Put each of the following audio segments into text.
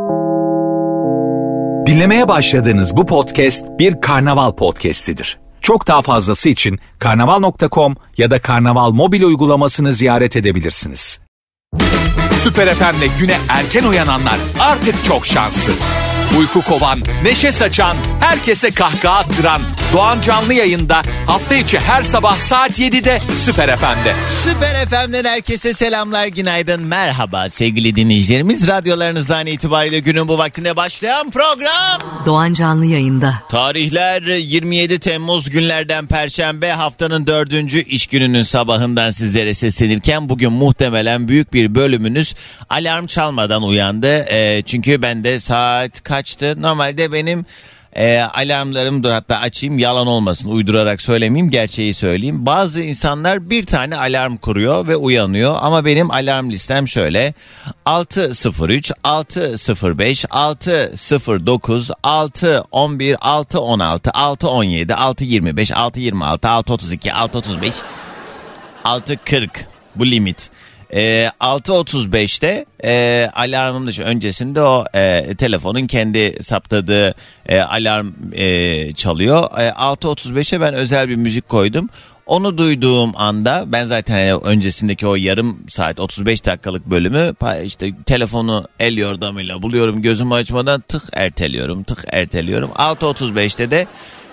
Dinlemeye başladığınız bu podcast bir karnaval podcastidir. Çok daha fazlası için karnaval.com ya da karnaval mobil uygulamasını ziyaret edebilirsiniz. Süper FM'le güne erken uyananlar artık çok şanslı. Uyku kovan, neşe saçan, herkese kahkaha attıran Doğan Canlı yayında hafta içi her sabah saat 7'de Süper FM'de. Süper FM'den herkese selamlar, günaydın, merhaba sevgili dinleyicilerimiz. Radyolarınızdan itibariyle günün bu vaktinde başlayan program Doğan Canlı yayında. Tarihler 27 Temmuz günlerden Perşembe, haftanın 4. iş gününün sabahından sizlere seslenirken bugün muhtemelen büyük bir bölümünüz alarm çalmadan uyandı. Çünkü ben de saat kaçtı? Normalde benim alarmlarımdır, hatta açayım yalan olmasın, uydurarak söylemeyeyim, gerçeği söyleyeyim. Bazı insanlar bir tane alarm kuruyor ve uyanıyor ama benim alarm listem şöyle: 6.03, 6.05, 6.09, 6.11, 6.16, 6.17, 6.25, 6.26, 6.32, 6.35, 6.40 bu limit. 6.35'te alarmım dışı öncesinde o telefonun kendi saptadığı alarm çalıyor. 6.35'e ben özel bir müzik koydum. Onu duyduğum anda ben zaten öncesindeki o yarım saat 35 dakikalık bölümü işte telefonu el yordamıyla buluyorum, gözümü açmadan tık erteliyorum. 6.35'te de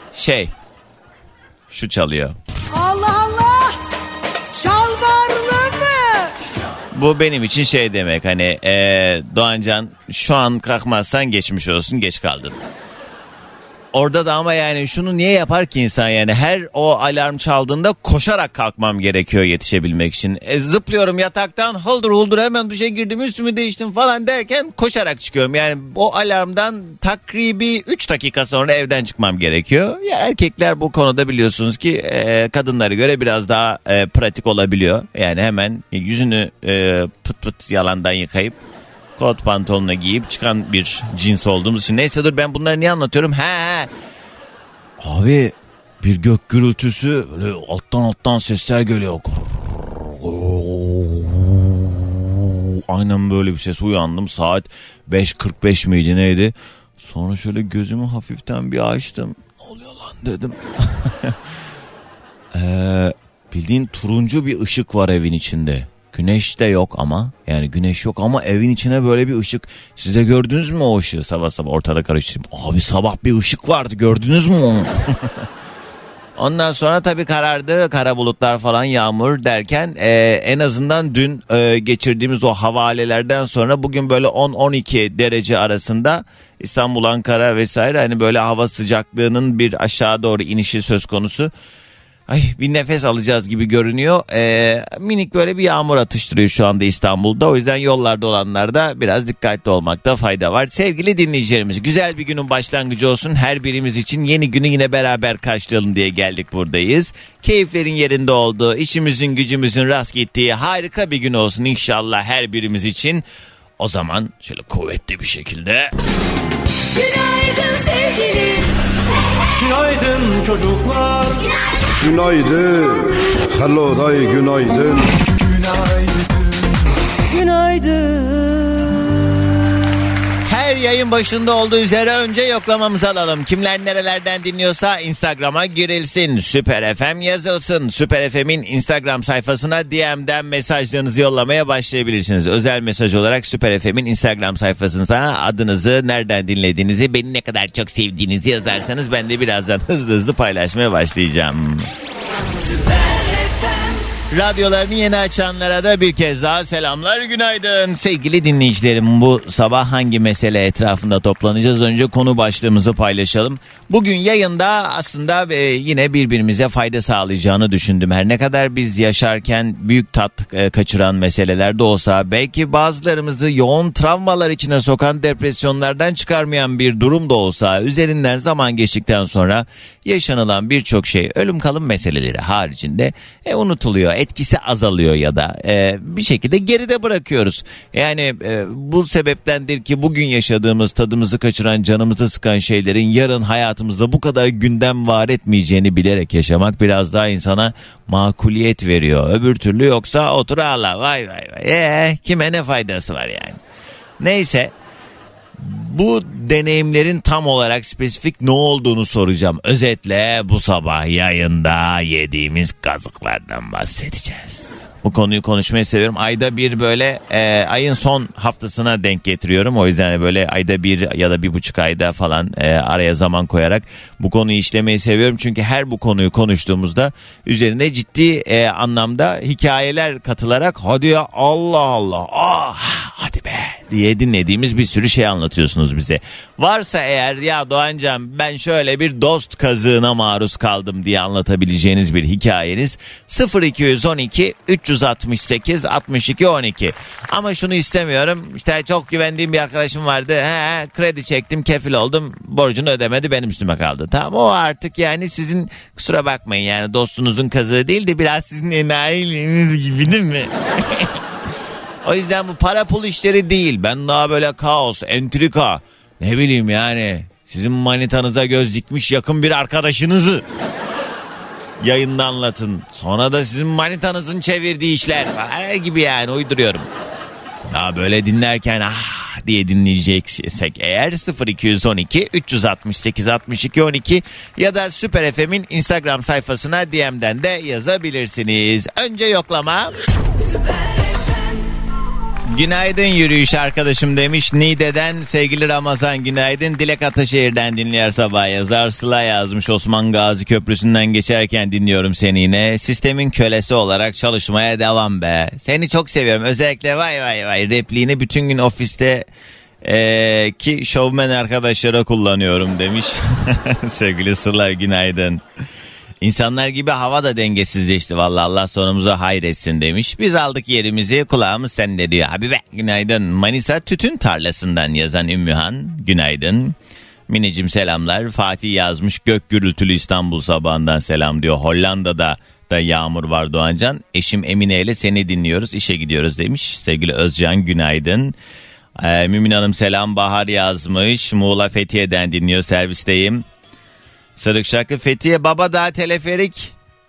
şu çalıyor. Allah Allah! Şalvarlı mı? Bu benim için demek, hani Doğancan şu an kalkmazsan geçmiş olsun, geç kaldın. Orada da ama yani şunu niye yapar ki insan, yani her o alarm çaldığında koşarak kalkmam gerekiyor yetişebilmek için. Zıplıyorum yataktan, haldır huldur hemen duşa girdim, üstümü değiştim falan derken koşarak çıkıyorum. Yani o alarmdan takribi 3 dakika sonra evden çıkmam gerekiyor. Ya erkekler bu konuda biliyorsunuz ki kadınlara göre biraz daha pratik olabiliyor. Yani hemen yüzünü pıt pıt yalandan yıkayıp kot pantolonuna giyip çıkan bir cins olduğumuz için. Neyse, dur, ben bunları niye anlatıyorum? Abi bir gök gürültüsü, böyle alttan sesler geliyor. Aynen böyle bir ses, uyandım. Saat 5.45 miydi neydi? Sonra şöyle gözümü hafiften bir açtım. Ne oluyor lan dedim. Bildiğin turuncu bir ışık var evin içinde. Güneş de yok ama, yani güneş yok ama evin içine böyle bir ışık. Siz de gördünüz mü o ışığı? Sabah ortada karıştırdım. Abi sabah bir ışık vardı, gördünüz mü onu? Ondan sonra tabii karardı, kara bulutlar falan, yağmur derken en azından dün geçirdiğimiz o havalelerden sonra bugün böyle 10-12 derece arasında İstanbul, Ankara vesaire, hani böyle hava sıcaklığının bir aşağı doğru inişi söz konusu. Bir nefes alacağız gibi görünüyor. Minik böyle bir yağmur atıştırıyor şu anda İstanbul'da. O yüzden yollarda olanlar da biraz dikkatli olmakta fayda var. Sevgili dinleyicilerimiz, güzel bir günün başlangıcı olsun. Her birimiz için yeni günü yine beraber karşılayalım diye geldik, buradayız. Keyiflerin yerinde olduğu, işimizin gücümüzün rast gittiği harika bir gün olsun inşallah her birimiz için. O zaman şöyle kuvvetli bir şekilde. Günaydın sevgili. Günaydın çocuklar. Günaydın. Hello day, günaydın. Günaydın. Her yayın başında olduğu üzere önce yoklamamızı alalım. Kimler nerelerden dinliyorsa Instagram'a girilsin. Süper FM yazılsın. Süper FM'in Instagram sayfasına DM'den mesajlarınızı yollamaya başlayabilirsiniz. Özel mesaj olarak Süper FM'in Instagram sayfasına adınızı, nereden dinlediğinizi, beni ne kadar çok sevdiğinizi yazarsanız ben de birazdan hızlı paylaşmaya başlayacağım. Radyolarını yeni açanlara da bir kez daha selamlar, günaydın. Sevgili dinleyicilerim, bu sabah hangi mesele etrafında toplanacağız? Önce konu başlığımızı paylaşalım. Bugün yayında aslında yine birbirimize fayda sağlayacağını düşündüm. Her ne kadar biz yaşarken büyük tat kaçıran meseleler de olsa, belki bazılarımızı yoğun travmalar içine sokan, depresyonlardan çıkarmayan bir durum da olsa, üzerinden zaman geçtikten sonra yaşanılan birçok şey, ölüm kalım meseleleri haricinde unutuluyor. Etkisi azalıyor ya da bir şekilde geride bırakıyoruz. Yani bu sebeptendir ki bugün yaşadığımız, tadımızı kaçıran, canımızı sıkan şeylerin yarın hayatımızda bu kadar gündem var etmeyeceğini bilerek yaşamak biraz daha insana makuliyet veriyor. Öbür türlü yoksa otur ağla, vay kime ne faydası var yani. Neyse, Bu deneyimlerin tam olarak spesifik ne olduğunu soracağım. Özetle bu sabah yayında yediğimiz kazıklardan bahsedeceğiz. Bu konuyu konuşmayı seviyorum. Ayda bir böyle ayın son haftasına denk getiriyorum. O yüzden böyle ayda bir ya da 1,5 ayda falan araya zaman koyarak bu konuyu işlemeyi seviyorum. Çünkü her bu konuyu konuştuğumuzda üzerine ciddi anlamda hikayeler katılarak hadi ya Allah Allah hadi be diye dinlediğimiz bir sürü şey anlatıyorsunuz bize. Varsa eğer ya Doğancan ben şöyle bir dost kazığına maruz kaldım diye anlatabileceğiniz bir hikayeniz 0212 368 62 12. Ama şunu istemiyorum. İşte çok güvendiğim bir arkadaşım vardı. Kredi çektim, kefil oldum. Borcunu ödemedi, benim üstüme kaldı. Tamam, o artık yani sizin kusura bakmayın yani dostunuzun kazığı değil de biraz sizin enayiliğiniz gibi değil mi? O yüzden bu para pul işleri değil. Ben daha böyle kaos, entrika, ne bileyim yani sizin manitanıza göz dikmiş yakın bir arkadaşınızı yayında anlatın. Sonra da sizin manitanızın çevirdiği işler gibi yani uyduruyorum. Ya böyle dinlerken diye dinleyeceksek eğer 0212 368 62 12 ya da Süper FM'in Instagram sayfasına DM'den de yazabilirsiniz. Önce yoklama. Günaydın yürüyüş arkadaşım demiş. Niğde'den sevgili Ramazan günaydın. Dilek Ataşehir'den dinleyer sabah yazar. Sıla yazmış, Osman Gazi Köprüsü'nden geçerken dinliyorum seni yine. Sistemin kölesi olarak çalışmaya devam be. Seni çok seviyorum. Özellikle vay repliğini bütün gün ofiste ki şovmen arkadaşlara kullanıyorum demiş. Sevgili Sıla günaydın. İnsanlar gibi hava da dengesizleşti. Vallahi Allah sonumuza hayretsin demiş. Biz aldık yerimizi, kulağımız sende diyor. Habibe günaydın. Manisa tütün tarlasından yazan Ümmühan günaydın. Mineciğim selamlar. Fatih yazmış, gök gürültülü İstanbul sabahından selam diyor. Hollanda'da da yağmur var Doğancan. Eşim Emine ile seni dinliyoruz, işe gidiyoruz demiş. Sevgili Özcan günaydın. Mümin Hanım selam. Bahar yazmış. Muğla Fethiye'den dinliyor, servisteyim. Sarık şarkı Fethiye Babadağ teleferik.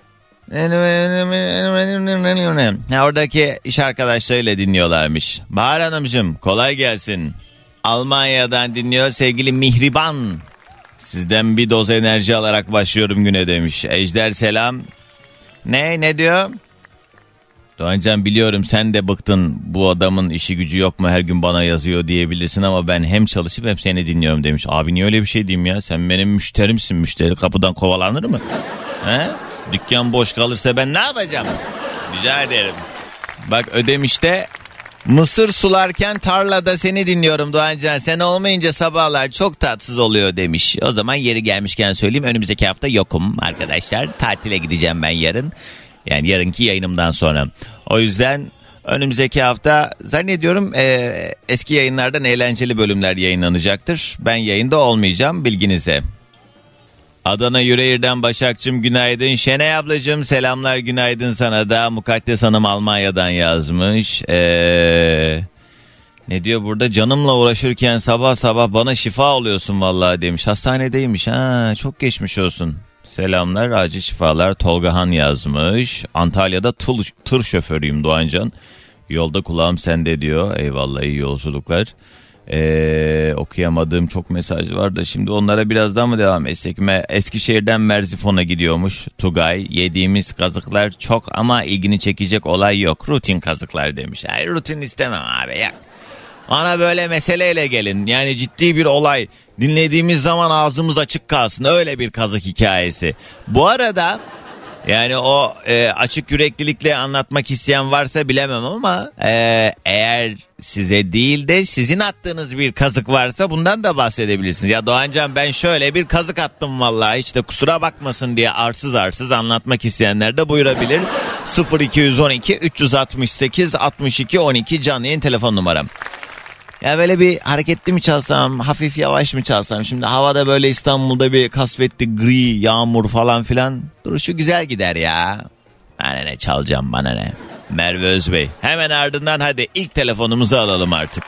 Oradaki iş arkadaşlarıyla dinliyorlarmış. Bahar Hanımcığım kolay gelsin. Almanya'dan dinliyor sevgili Mihriban. Sizden bir doz enerji alarak başlıyorum güne demiş. Ejder selam. Ne diyor? Doğancan biliyorum sen de bıktın, bu adamın işi gücü yok mu her gün bana yazıyor diyebilirsin ama ben hem çalışıp hem seni dinliyorum demiş. Abi niye öyle bir şey diyeyim ya, sen benim müşterimsin, müşteri kapıdan kovalanır mı? He? Dükkan boş kalırsa ben ne yapacağım? Rica ederim. Bak Ödemiş'te mısır sularken tarlada seni dinliyorum Doğancan, sen olmayınca sabahlar çok tatsız oluyor demiş. O zaman yeri gelmişken söyleyeyim, önümüzdeki hafta yokum arkadaşlar, tatile gideceğim ben yarın. Yani yarınki yayınımdan sonra. O yüzden önümüzdeki hafta zannediyorum eski yayınlardan eğlenceli bölümler yayınlanacaktır. Ben yayında olmayacağım, bilginize. Adana Yüreğir'den Başakçım günaydın. Şenay ablacığım selamlar, günaydın sana da. Mukaddes Hanım Almanya'dan yazmış. Ne diyor burada? Canımla uğraşırken sabah sabah bana şifa oluyorsun vallahi demiş. Hastanedeymiş, çok geçmiş olsun. Selamlar, acil şifalar. Tolga Han yazmış. Antalya'da tır şoförüyüm Doğancan. Yolda kulağım sende diyor. Eyvallah, iyi yolculuklar. Okuyamadığım çok mesaj var da şimdi onlara birazdan mı devam etsek? Eskişehir'den Merzifon'a gidiyormuş Tugay. Yediğimiz kazıklar çok ama ilgini çekecek olay yok. Rutin kazıklar demiş. Hayır, rutin istemem abi ya. Bana böyle meseleyle gelin. Yani ciddi bir olay. Dinlediğimiz zaman ağzımız açık kalsın. Öyle bir kazık hikayesi. Bu arada yani o açık yüreklilikle anlatmak isteyen varsa bilemem ama eğer size değil de sizin attığınız bir kazık varsa bundan da bahsedebilirsiniz. Ya Doğancan ben şöyle bir kazık attım vallahi, hiç de kusura bakmasın diye arsız anlatmak isteyenler de buyurabilir. 0212 368 62 12 canlı yayın telefon numaram. Ya böyle bir hareketli mi çalsam, hafif yavaş mı çalsam? Şimdi havada böyle İstanbul'da bir kasvetli gri, yağmur falan filan. Duruşu güzel gider ya. Bana ne çalacağım, bana ne. Merve Özbey. Hemen ardından hadi ilk telefonumuzu alalım artık.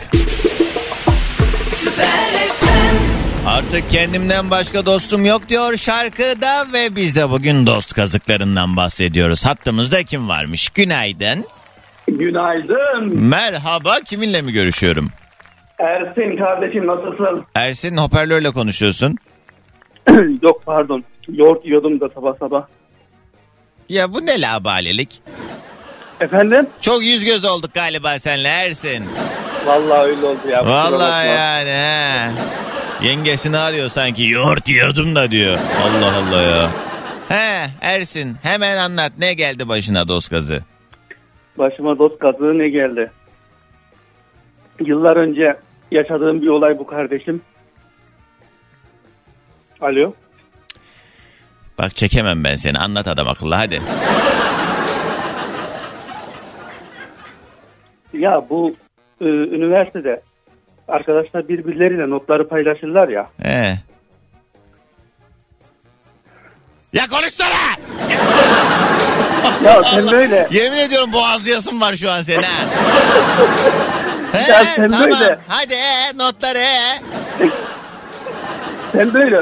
Artık kendimden başka dostum yok diyor şarkıda ve biz de bugün dost kazıklarından bahsediyoruz. Hattımızda kim varmış? Günaydın. Günaydın. Merhaba, kiminle mi görüşüyorum? Ersin kardeşim nasılsın? Ersin, hoparlörle konuşuyorsun. Yok pardon. Yoğurt yiyordum da sabah sabah. Ya bu ne labalelik? Efendim? Çok yüz göz olduk galiba seninle Ersin. Vallahi öyle oldu ya. Vallahi yani he. Yengesini arıyor sanki, yoğurt yiyordum da diyor. Allah Allah ya. He Ersin, hemen anlat, ne geldi başına dost gazı? Başıma dost kazığı ne geldi? Yıllar önce yaşadığım bir olay bu kardeşim. Alo. Bak çekemem ben seni, anlat adam akıllı hadi. Ya bu üniversitede arkadaşlar birbirleriyle notları paylaşırlar ya. Ya konuşsana! Ya sen böyle. Yemin ediyorum boğazlayasın var şu an seni ha. Ya sen tamam. böyle. Hadi notları Sen böyle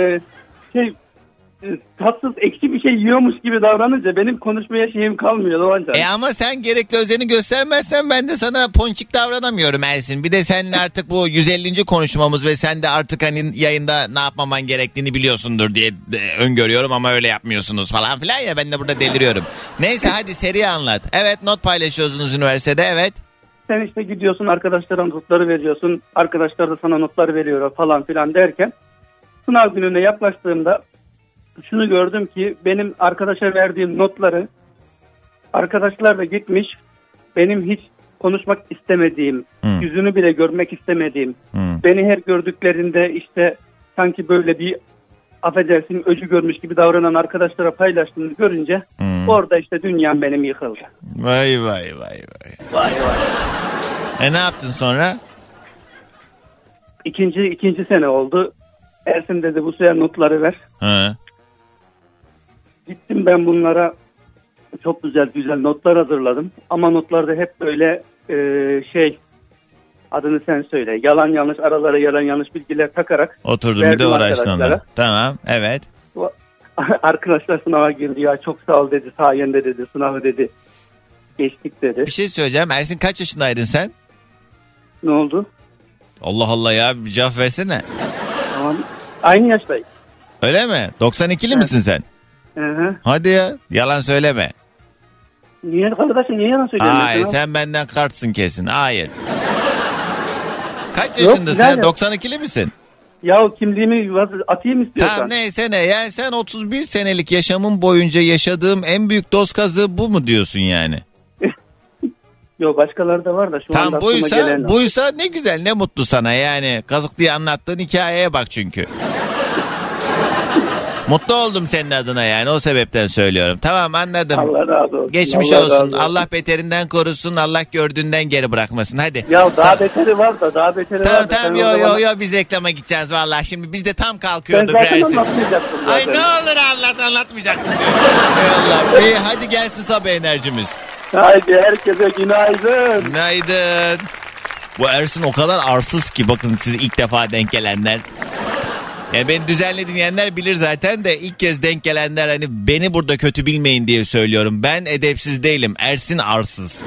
tatsız ekşi bir şey yiyormuş gibi davranınca benim konuşmaya şeyim kalmıyor Doğancan. Ama sen gerekli özeni göstermezsen ben de sana ponçik davranamıyorum Ersin. Bir de seninle artık bu 150. konuşmamız ve sen de artık hani yayında ne yapmaman gerektiğini biliyorsundur diye öngörüyorum ama öyle yapmıyorsunuz falan filan ya, ben de burada deliriyorum. Neyse hadi seri anlat. Evet, not paylaşıyorsunuz üniversitede, evet. Sen işte gidiyorsun arkadaşlara notları veriyorsun. Arkadaşlar da sana notlar veriyor falan filan derken sınav gününe yaklaştığımda şunu gördüm ki benim arkadaşa verdiğim notları arkadaşlar da gitmiş benim hiç konuşmak istemediğim, yüzünü bile görmek istemediğim, beni her gördüklerinde işte sanki böyle bir affedersin öcü görmüş gibi davranan arkadaşlara paylaştığını görünce orada işte dünyam benim yıkıldı. Vay. Vay. Ne yaptın sonra? İkinci sene oldu. Ersin dedi bu sefer notları ver. Hı. Gittim ben bunlara çok güzel notlar hazırladım. Ama notlarda hep böyle adını sen söyle. Yalan yanlış aralara yalan yanlış bilgiler takarak. Oturdum bir de uğraştın onunla. Tamam, evet. Arkadaşlar sınava girdi ya çok sağ ol dedi, sayende dedi, sınavı dedi. Geçtik dedi. Bir şey söyleyeceğim. Ersin kaç yaşındaydın sen? Ne oldu? Allah Allah ya, bir cevap versene. Tamam. Aynı yaştayız. Öyle mi? 92'li misin sen? Hı. Hadi ya, yalan söyleme. Niye kardeşim, niye yalan söylüyorsun? Hayır, sen benden kartsın kesin. Hayır. Kaç yaşındasın? Yok, 92'li misin? Ya kimliğimi atayım istiyorsan. Tamam neyse ne. Yani sen 31 senelik yaşamın boyunca yaşadığım en büyük dost kazığı bu mu diyorsun yani? Yok başkaları da var da şu anda Tamam buysa ne güzel, ne mutlu sana yani. Kazık diye anlattığın hikayeye bak çünkü. Mutlu oldum senin adına yani, o sebepten söylüyorum. Tamam, anladım. Allah razı olsun. Geçmiş olsun. Allah beterinden korusun. Allah gördüğünden geri bırakmasın. Hadi. Ya daha beteri var da daha beteri var da. Tamam yo biz reklama gideceğiz vallahi. Şimdi biz de tam kalkıyorduk. Ben zaten anlatmayacaktım zaten. Ay ne olur anlatmayacaktım. Eyvallah. İyi hadi gelsin sabah enerjimiz. Haydi herkese günaydın. Günaydın. Bu Ersin o kadar arsız ki, bakın siz ilk defa denk gelenler. Yani beni düzenli dinleyenler bilir zaten de ilk kez denk gelenler hani beni burada kötü bilmeyin diye söylüyorum. Ben edepsiz değilim. Ersin arsız.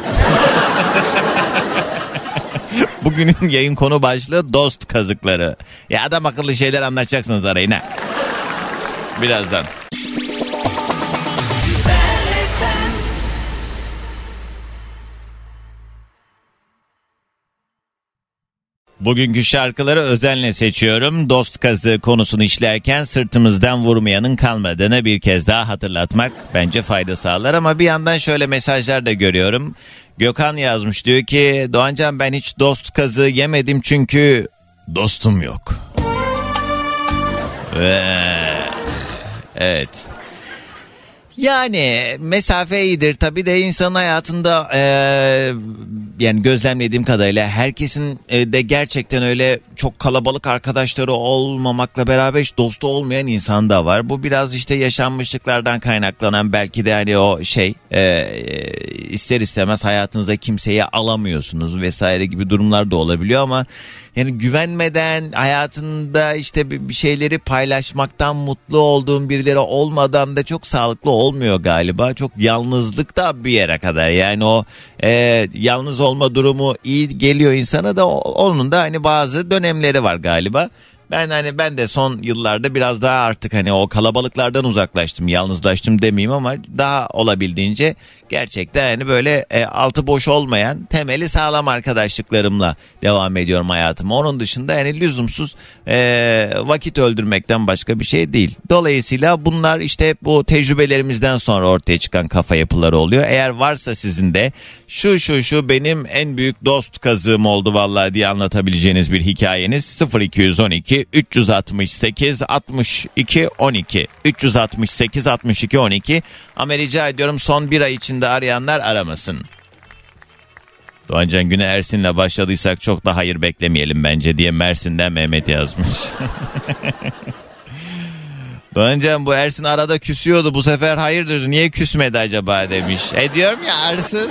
Bugünün yayın konu başlığı dost kazıkları. Ya adam akıllı şeyler anlatacaksınız, arayın ha. Birazdan. Bugünkü şarkıları özenle seçiyorum. Dost kazığı konusunu işlerken sırtımızdan vurmayanın kalmadığını bir kez daha hatırlatmak bence fayda sağlar. Ama bir yandan şöyle mesajlar da görüyorum. Gökhan yazmış, diyor ki Doğancan ben hiç dost kazığı yemedim çünkü dostum yok. Evet. Yani mesafe iyidir tabii de insanın hayatında yani gözlemlediğim kadarıyla herkesin de gerçekten öyle çok kalabalık arkadaşları olmamakla beraber hiç dostu olmayan insan da var. Bu biraz işte yaşanmışlıklardan kaynaklanan, belki de hani o ister istemez hayatınıza kimseyi alamıyorsunuz vesaire gibi durumlar da olabiliyor ama yani güvenmeden hayatında işte bir şeyleri paylaşmaktan mutlu olduğun birileri olmadan da çok sağlıklı olmuyor galiba. Çok yalnızlık da bir yere kadar yani o yalnız olma durumu iyi geliyor insana da onun da hani bazı dönemleri var galiba. Ben de son yıllarda biraz daha artık hani o kalabalıklardan uzaklaştım, yalnızlaştım demeyeyim ama daha olabildiğince gerçekten hani böyle altı boş olmayan temeli sağlam arkadaşlıklarımla devam ediyorum hayatıma. Onun dışında yani lüzumsuz vakit öldürmekten başka bir şey değil. Dolayısıyla bunlar işte hep bu tecrübelerimizden sonra ortaya çıkan kafa yapıları oluyor. Eğer varsa sizin de şu benim en büyük dost kazığım oldu vallahi diye anlatabileceğiniz bir hikayeniz 0212 368 62 12 368 62 12 ama rica ediyorum son bir ay içinde arayanlar aramasın. Doğancan Güne Ersin'le başladıysak çok da hayır beklemeyelim bence diye Mersin'den Mehmet yazmış. Doğancan bu Ersin arada küsüyordu bu sefer hayırdır niye küsmedi acaba demiş. Diyorum ya arsız.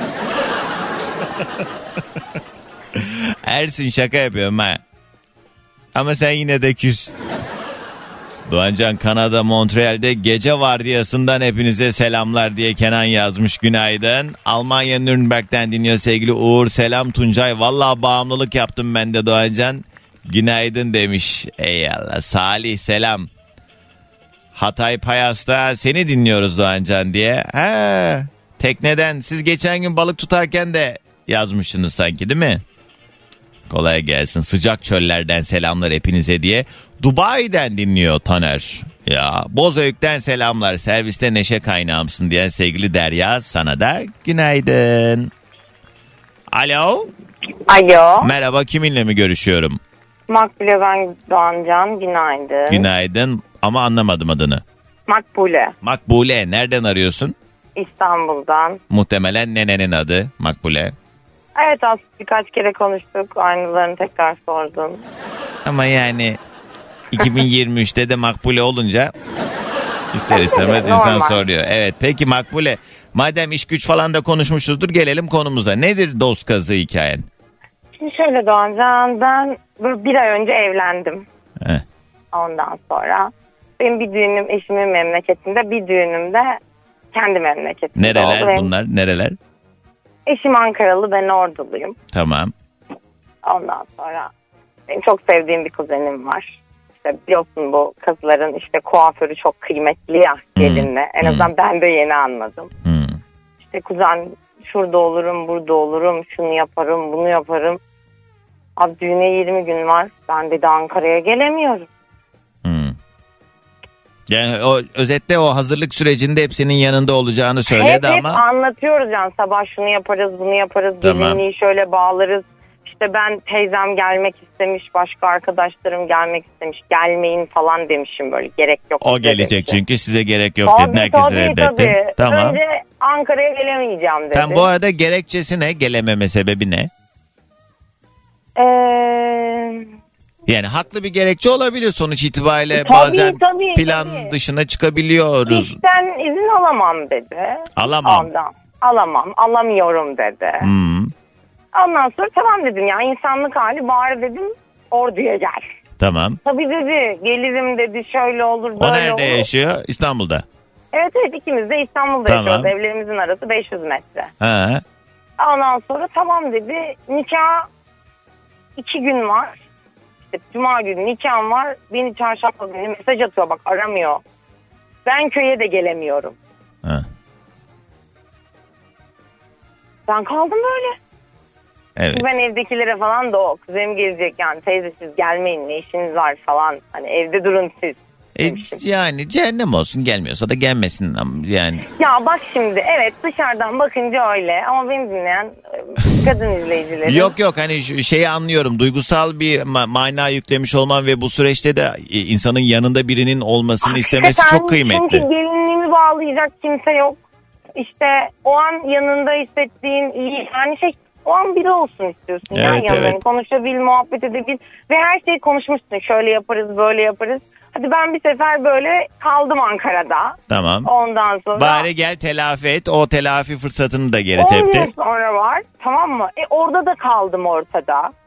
Ersin şaka yapıyorum ha. Ama sen yine de küs. Doğancan Kanada Montreal'de gece vardiyasından hepinize selamlar diye Kenan yazmış günaydın. Almanya Nürnberg'den dinliyor sevgili Uğur selam Tuncay. Vallahi bağımlılık yaptım ben de Doğancan. Günaydın demiş. Eyvallah Salih selam. Hatay Payas'ta seni dinliyoruz Doğancan diye. Tekneden siz geçen gün balık tutarken de yazmışsınız sanki değil mi? Kolay gelsin. Sıcak çöllerden selamlar hepinize diye. Dubai'den dinliyor Taner. Ya Bozüyük'ten selamlar. Serviste neşe kaynağımsın diyen sevgili Derya sana da günaydın. Alo. Alo. Merhaba kiminle mi görüşüyorum? Makbule ben Doğancan günaydın. Günaydın ama anlamadım adını. Makbule. Makbule nereden arıyorsun? İstanbul'dan. Muhtemelen nenenin adı Makbule. Evet aslında birkaç kere konuştuk. Aynılarını tekrar sordun. Ama yani 2023'te de Makbule olunca ister istemez insan soruyor. Evet peki Makbule madem iş güç falan da konuşmuşuzdur gelelim konumuza. Nedir dost kazığı hikayen? Şimdi şöyle Doğancan ben bir ay önce evlendim. Ondan sonra benim bir düğünüm eşimin memleketinde bir düğünüm de kendi memleketimde Nereler oldu. bunlar nereler? Eşim Ankaralı ben Orduluyum. Tamam. Ondan sonra benim çok sevdiğim bir kuzenim var. İşte biliyorsun bu kızların işte kuaförü çok kıymetli ya gelinle. En azından ben de yeni anladım. İşte kuzen şurada olurum burada olurum şunu yaparım bunu yaparım. Abi düğüne 20 gün var ben de Ankara'ya gelemiyorum. Yani o özetle o hazırlık sürecinde hepsinin yanında olacağını söyledi hep ama. Hep anlatıyoruz yani sabah şunu yaparız bunu yaparız. Tamam. Gelinliği şöyle bağlarız. İşte ben teyzem gelmek istemiş başka arkadaşlarım gelmek istemiş. Gelmeyin falan demişim böyle gerek yok. O gelecek demişim. Çünkü size gerek yok dedin herkesi reddettin. Tamam. Önce Ankara'ya gelemeyeceğim dedi. Tamam bu arada gerekçesi ne gelememe sebebi ne? Yani haklı bir gerekçe olabilir sonuç itibariyle bazen plan dışına çıkabiliyoruz. İşten izin alamam dedi. Alamam. Ondan. Alamıyorum dedi. Ondan sonra tamam dedim ya insanlık hali bari dedim Ordu'ya gel. Tamam. Tabii dedi gelirim dedi şöyle olur böyle olur. O nerede yaşıyor? İstanbul'da. Evet ikimiz de İstanbul'da yaşıyoruz. Evlerimizin arası 500 metre. Ha. Ondan sonra tamam dedi nikah 2 gün var. Cuma günü nikahım var. Beni çarşamba günü mesaj atıyor bak aramıyor. Ben köye de gelemiyorum. Ben kaldım böyle. Evet. Ben evdekilere falan da o kuzenim gelecek yani teyze siz gelmeyin ne işiniz var falan. Hani evde durun siz. Yani cehennem olsun gelmiyorsa da gelmesin yani. Ya bak şimdi evet dışarıdan bakınca öyle ama beni dinleyen kadın izleyicileri. Yok hani şeyi anlıyorum duygusal bir mana yüklemiş olman ve bu süreçte de insanın yanında birinin olmasını istemesi çok kıymetli. Çünkü gelinliğimi bağlayacak kimse yok. İşte o an yanında hissettiğin iyi yani o an biri olsun istiyorsun evet, ya yanında evet. Konuşabil, muhabbet edebil ve her şeyi konuşmuşsun. Şöyle yaparız, böyle yaparız. Hadi ben bir sefer böyle kaldım Ankara'da. Tamam. Ondan sonra. Bari gel telafi et. O telafi fırsatını da geri tepti. 10 yıl sonra var. Tamam mı? Orada da kaldım ortada.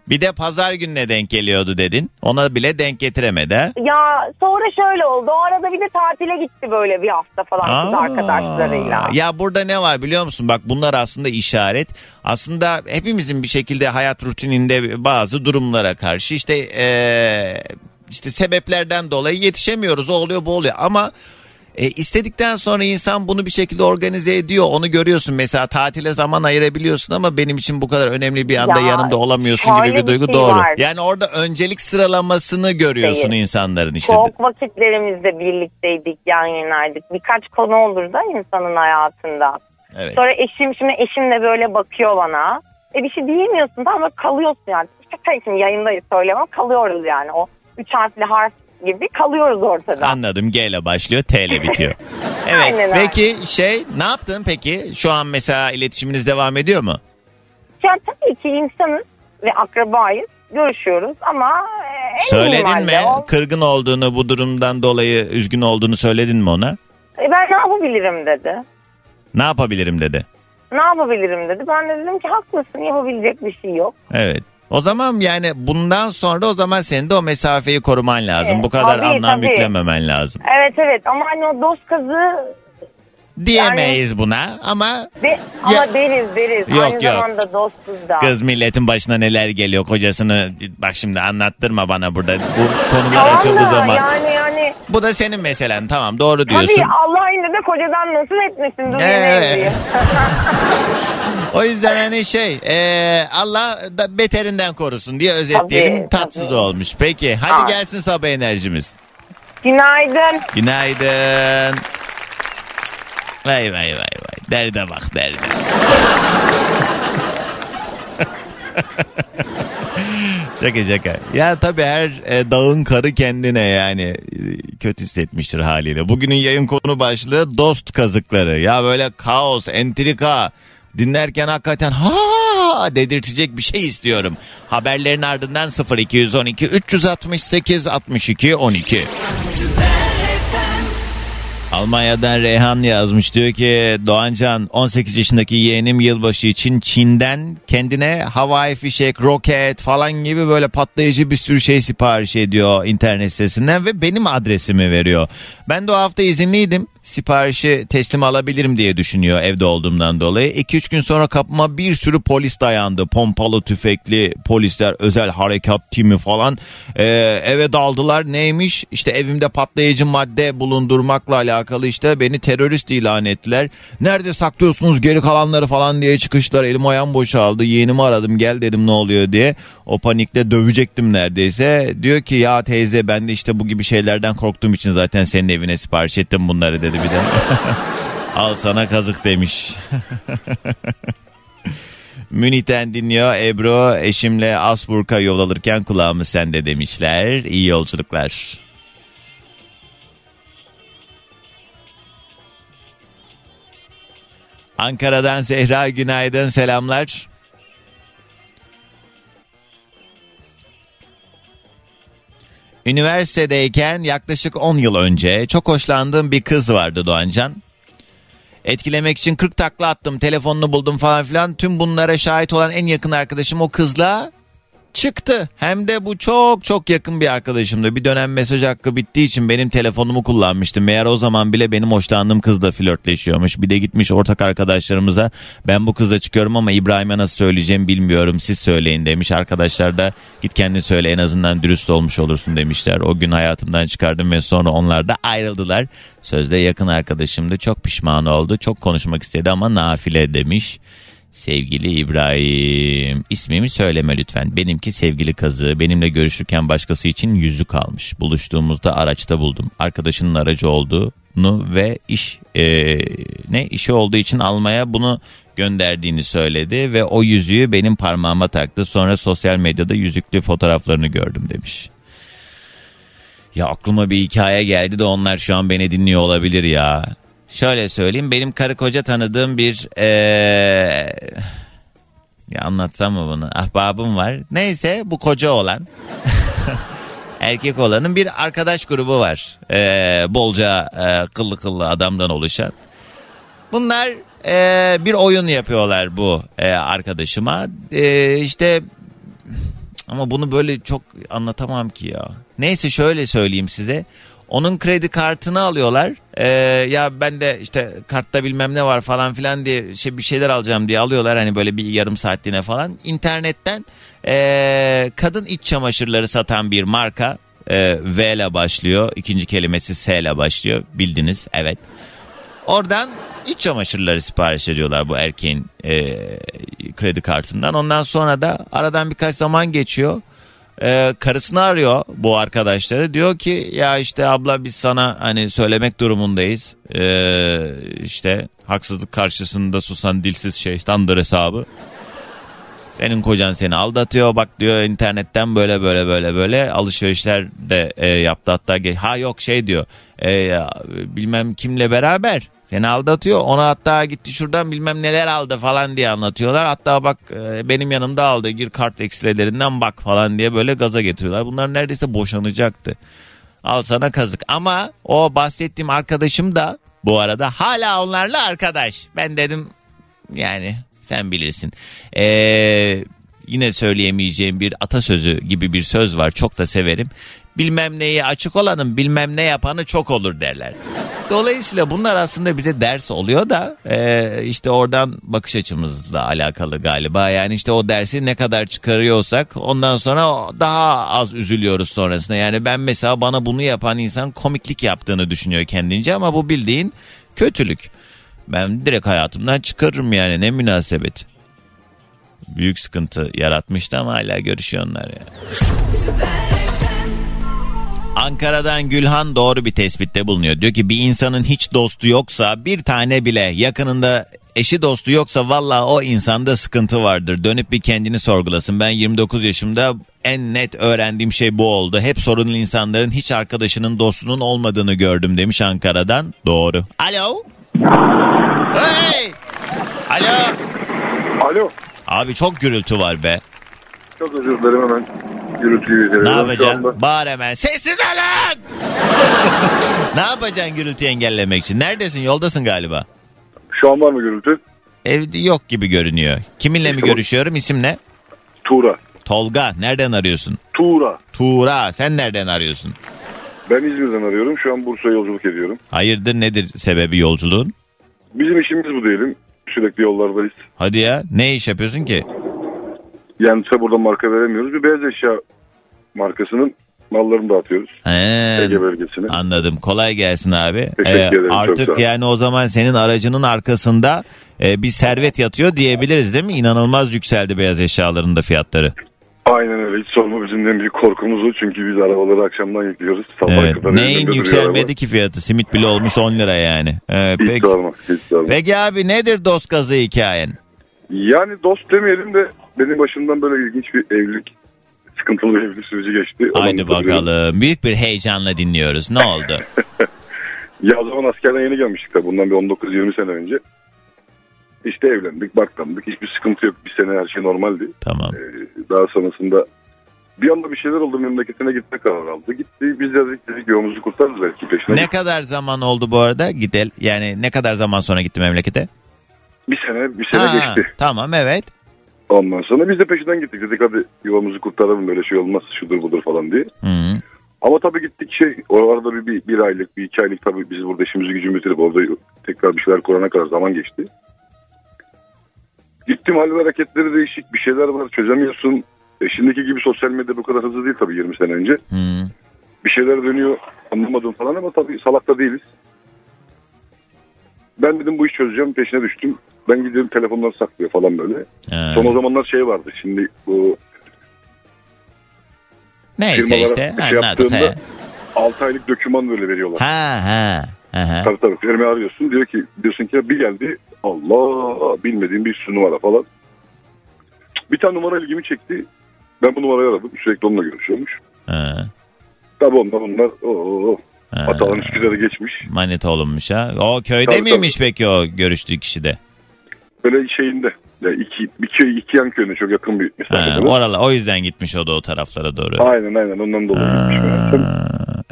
Bir de pazar gününe denk geliyordu dedin. Ona bile denk getiremedi. Ya sonra şöyle oldu. O arada bir de tatile gitti böyle bir hafta falan kız arkadaşlarıyla. Ya burada ne var biliyor musun? Bak bunlar aslında işaret. Aslında hepimizin bir şekilde hayat rutininde bazı durumlara karşı işte sebeplerden dolayı yetişemiyoruz. O oluyor, bu oluyor ama istedikten sonra insan bunu bir şekilde organize ediyor. Onu görüyorsun mesela, tatile zaman ayırabiliyorsun ama benim için bu kadar önemli bir anda yanımda olamıyorsun gibi bir duygu, doğru. Var. Yani orada öncelik sıralamasını görüyorsun insanların işte. Çok vakitlerimizde birlikteydik, yan yanaydık. Birkaç konu olur da insanın hayatında. Evet. Sonra eşim de böyle bakıyor bana. Bir şey diyemiyorsun da ama kalıyorsun yani. Şaka için yayındayız, söylemem, kalıyoruz yani. O 3 harfli harf gibi kalıyoruz ortada. Anladım. G ile başlıyor, T ile bitiyor. Evet. Aynen, peki ne yaptın peki? Şu an mesela iletişiminiz devam ediyor mu? Ya tabii ki insanız ve akrabayız. Görüşüyoruz ama söyledin mi? Kırgın olduğunu, bu durumdan dolayı üzgün olduğunu söyledin mi ona? Ben ne yapabilirim dedi. Ne yapabilirim dedi? Ben de dedim ki haklısın, yapabilecek bir şey yok. Evet. O zaman yani bundan sonra o zaman senin de o mesafeyi koruman lazım. Evet, bu kadar anlam yüklememen lazım. Evet ama hani o dost kazı diyemeyiz yani, buna ama ama deriz. Aynı zamanda dostuz da. Kız milletin başına neler geliyor, kocasını bak şimdi anlattırma bana burada. Bu konular açıldığı zaman. Yani. Bu da senin meselen, tamam, doğru diyorsun. Tabii Allah yine de kocadan nasıl etmesin. Evet. O yüzden hani Allah da beterinden korusun diye özetleyelim. Tatsız olmuş. Peki hadi gelsin sabah enerjimiz. Günaydın. Günaydın. Vay. Derde bak, derde. Şaka. Ya tabii her dağın karı kendine, yani kötü hissetmiştir haliyle. Bugünün yayın konu başlığı dost kazıkları. Ya böyle kaos, entrika dinlerken hakikaten dedirtecek bir şey istiyorum. Haberlerin ardından 0212 368 62 12. Almanya'dan Reyhan yazmış, diyor ki Doğancan, 18 yaşındaki yeğenim yılbaşı için Çin'den kendine havai fişek, roket falan gibi böyle patlayıcı bir sürü şey sipariş ediyor internet sitesinden ve benim adresimi veriyor. Ben de o hafta izinliydim. Siparişi teslim alabilirim diye düşünüyor evde olduğumdan dolayı. 2-3 gün sonra kapıma bir sürü polis dayandı. Pompalı tüfekli polisler, özel harekat timi falan eve daldılar. Neymiş? İşte evimde patlayıcı madde bulundurmakla alakalı işte beni terörist ilan ettiler. Nerede saklıyorsunuz geri kalanları falan diye çıkışlar. Elim ayağım boşaldı. Yeğenimi aradım, gel dedim ne oluyor diye. O panikle dövecektim neredeyse. Diyor ki ya teyze, ben de işte bu gibi şeylerden korktuğum için zaten senin evine sipariş ettim bunları dedi bir de. Al sana kazık demiş. Münih'ten dinliyor Ebru, eşimle Asburg'a yol alırken kulağımız sende demişler. İyi yolculuklar. Ankara'dan Zehra, günaydın, selamlar. Üniversitedeyken yaklaşık 10 yıl önce çok hoşlandığım bir kız vardı Doğancan. Etkilemek için 40 takla attım, telefonunu buldum falan filan. Tüm bunlara şahit olan en yakın arkadaşım o kızla çıktı. Hem de bu çok yakın bir arkadaşımdı. Bir dönem mesaj hakkı bittiği için benim telefonumu kullanmıştım. Meğer o zaman bile benim hoşlandığım kızla flörtleşiyormuş. Bir de gitmiş ortak arkadaşlarımıza, ben bu kızla çıkıyorum ama İbrahim'e nasıl söyleyeceğim bilmiyorum, siz söyleyin demiş. Arkadaşlar da git kendin söyle, en azından dürüst olmuş olursun demişler. O gün hayatımdan çıkardım ve sonra onlar da ayrıldılar. Sözde yakın arkadaşımdı, çok pişman oldu, çok konuşmak istedi ama nafile demiş. Sevgili İbrahim, ismimi söyleme lütfen. Benimki sevgili kazığı. Benimle görüşürken başkası için yüzük almış. Buluştuğumuzda araçta buldum. Arkadaşının aracı olduğunu ve işi olduğu için almaya bunu gönderdiğini söyledi ve o yüzüğü benim parmağıma taktı. Sonra sosyal medyada yüzüklü fotoğraflarını gördüm demiş. Ya aklıma bir hikaye geldi de onlar şu an beni dinliyor olabilir ya. Şöyle söyleyeyim, benim karı koca tanıdığım bir ya anlatsam mı bunu, ahbabım var. Neyse, bu koca olan erkek olanın bir arkadaş grubu var. Bolca kıllı adamdan oluşan. Bunlar bir oyun yapıyorlar bu arkadaşıma. İşte Ama bunu böyle çok anlatamam ki ya. Neyse şöyle söyleyeyim size. Onun kredi kartını alıyorlar. Ya ben de işte kartta bilmem ne var falan filan diye bir şeyler alacağım diye alıyorlar. Hani böyle bir yarım saatliğine falan. İnternetten kadın iç çamaşırları satan bir marka. V ile başlıyor. İkinci kelimesi S ile başlıyor. Bildiniz, evet. Oradan iç çamaşırları sipariş ediyorlar bu erkeğin kredi kartından. Ondan sonra da aradan birkaç zaman geçiyor. Karısını arıyor bu arkadaşları. Diyor ki ya işte abla biz sana hani söylemek durumundayız. İşte haksızlık karşısında susan dilsiz şeytandır hesabı. Senin kocan seni aldatıyor, bak diyor internetten böyle alışverişler de yaptı hatta. Ha yok diyor bilmem kimle beraber seni aldatıyor, ona hatta gitti şuradan bilmem neler aldı falan diye anlatıyorlar. Hatta bak benim yanımda aldı, gir kart ekstrelerinden bak falan diye böyle gaza getiriyorlar. Bunlar neredeyse boşanacaktı. Al sana kazık. Ama o bahsettiğim arkadaşım da bu arada hala onlarla arkadaş. Ben dedim yani sen bilirsin. Yine söyleyemeyeceğim bir atasözü gibi bir söz var. Çok da severim. Bilmem neye açık olanın bilmem ne yapanı çok olur derler. Dolayısıyla bunlar aslında bize ders oluyor da işte oradan bakış açımızla alakalı galiba. Yani işte o dersi ne kadar çıkarıyorsak ondan sonra daha az üzülüyoruz sonrasında. Yani ben mesela bana bunu yapan insan komiklik yaptığını düşünüyor kendince ama bu bildiğin kötülük. Ben direkt hayatımdan çıkarırım yani, ne münasebet. Büyük sıkıntı yaratmıştı ama hala görüşüyorlar ya. Ankara'dan Gülhan doğru bir tespitte bulunuyor. Diyor ki bir insanın hiç dostu yoksa, bir tane bile yakınında eşi dostu yoksa vallahi o insanda sıkıntı vardır. Dönüp bir kendini sorgulasın. Ben 29 yaşımda en net öğrendiğim şey bu oldu. Hep sorunlu insanların hiç arkadaşının dostunun olmadığını gördüm demiş Ankara'dan. Doğru. Alo. Hey. Alo. Alo. Abi çok gürültü var be. Çok özür dilerim, hemen gürültüyü izleyelim. Ne yapacaksın? Bağır hemen. Sessiz olun! Ne yapacaksın gürültüyü engellemek için? Neredesin? Yoldasın galiba. Şu an var mı gürültü? Evde yok gibi görünüyor. Kiminle mi görüşüyorum? İsim ne? Tuğra. Tolga. Nereden arıyorsun? Tuğra. Tuğra. Sen nereden arıyorsun? Ben İzmir'den arıyorum. Şu an Bursa'ya yolculuk ediyorum. Hayırdır, nedir sebebi yolculuğun? Bizim işimiz bu diyelim. Sürekli yollardayız. Hadi ya. Ne iş yapıyorsun ki? Yani burada marka veremiyoruz. Bir beyaz eşya markasının mallarını dağıtıyoruz. Ege bölgesine. Anladım. Kolay gelsin abi. Teşekkür ederim. Artık yani o zaman senin aracının arkasında bir servet yatıyor diyebiliriz değil mi? İnanılmaz yükseldi beyaz eşyaların da fiyatları. Aynen öyle. Hiç sorma, bizim en büyük korkumuz o. Çünkü biz arabaları akşamdan yüklüyoruz. Evet. Neyin yükselmedi ki fiyatı? Simit bile olmuş 10 lira yani. Hiç sorma. Peki abi nedir dost kazığı hikayen? Yani dost demeyelim de benim başımdan böyle ilginç bir evlilik, sıkıntılı bir evlilik süreci geçti. Haydi bakalım. Büyük bir heyecanla dinliyoruz. Ne oldu? Ya o zaman askerden yeni gelmiştik tabii. Bundan bir 19-20 sene önce. İşte evlendik, baklandık. Hiçbir sıkıntı yok. Bir sene her şey normaldi. Tamam. Daha sonrasında bir anda bir şeyler oldu. Memleketine gitme kararı aldı. Gitti. Biz dedik yolumuzu kurtarırız belki peşine. Ne kadar zaman oldu bu arada? Yani ne kadar zaman sonra gitti memlekete? Bir sene geçti. Tamam, evet. Ondan sonra biz de peşinden gittik. Dedik hadi yuvamızı kurtaralım, böyle şey olmaz, şudur budur falan diye. Hı. Ama tabii gittik oralarda bir aylık, bir 2 aylık tabii biz burada işimizi gücümüzü bitirip orada tekrar bir şeyler kurana kadar zaman geçti. Gittim, hal ve hareketleri değişik, bir şeyler var, çözemiyorsun. Şimdiki gibi sosyal medya bu kadar hızlı değil tabii 20 sene önce. Hı. Bir şeyler dönüyor, anlamadım falan ama tabii salak da değiliz. Ben dedim bu işi çözeceğim, peşine düştüm. Ben gidiyorum, telefonları saklıyor falan böyle. Son o zamanlar şey vardı, şimdi bu neyse işte yaptığında 6 aylık doküman böyle veriyorlar. Tabii firmayı arıyorsun, diyorsun ki bir geldi, Allah, bilmediğim bir sürü numara falan. Bir tane numara ilgimi çekti. Ben bu numarayı aradım, sürekli onunla görüşüyormuş. Tabii onlar Atalan Üsküdar'ı geçmiş. Manita olunmuş ha. O köyde miymiş peki o görüştüğü kişi de? Böyle şeyinde. Yani iki yan köyüne çok yakın bir mesafede. Oralar, o yüzden gitmiş o da o taraflara doğru. Aynen ondan dolayı gitmiş.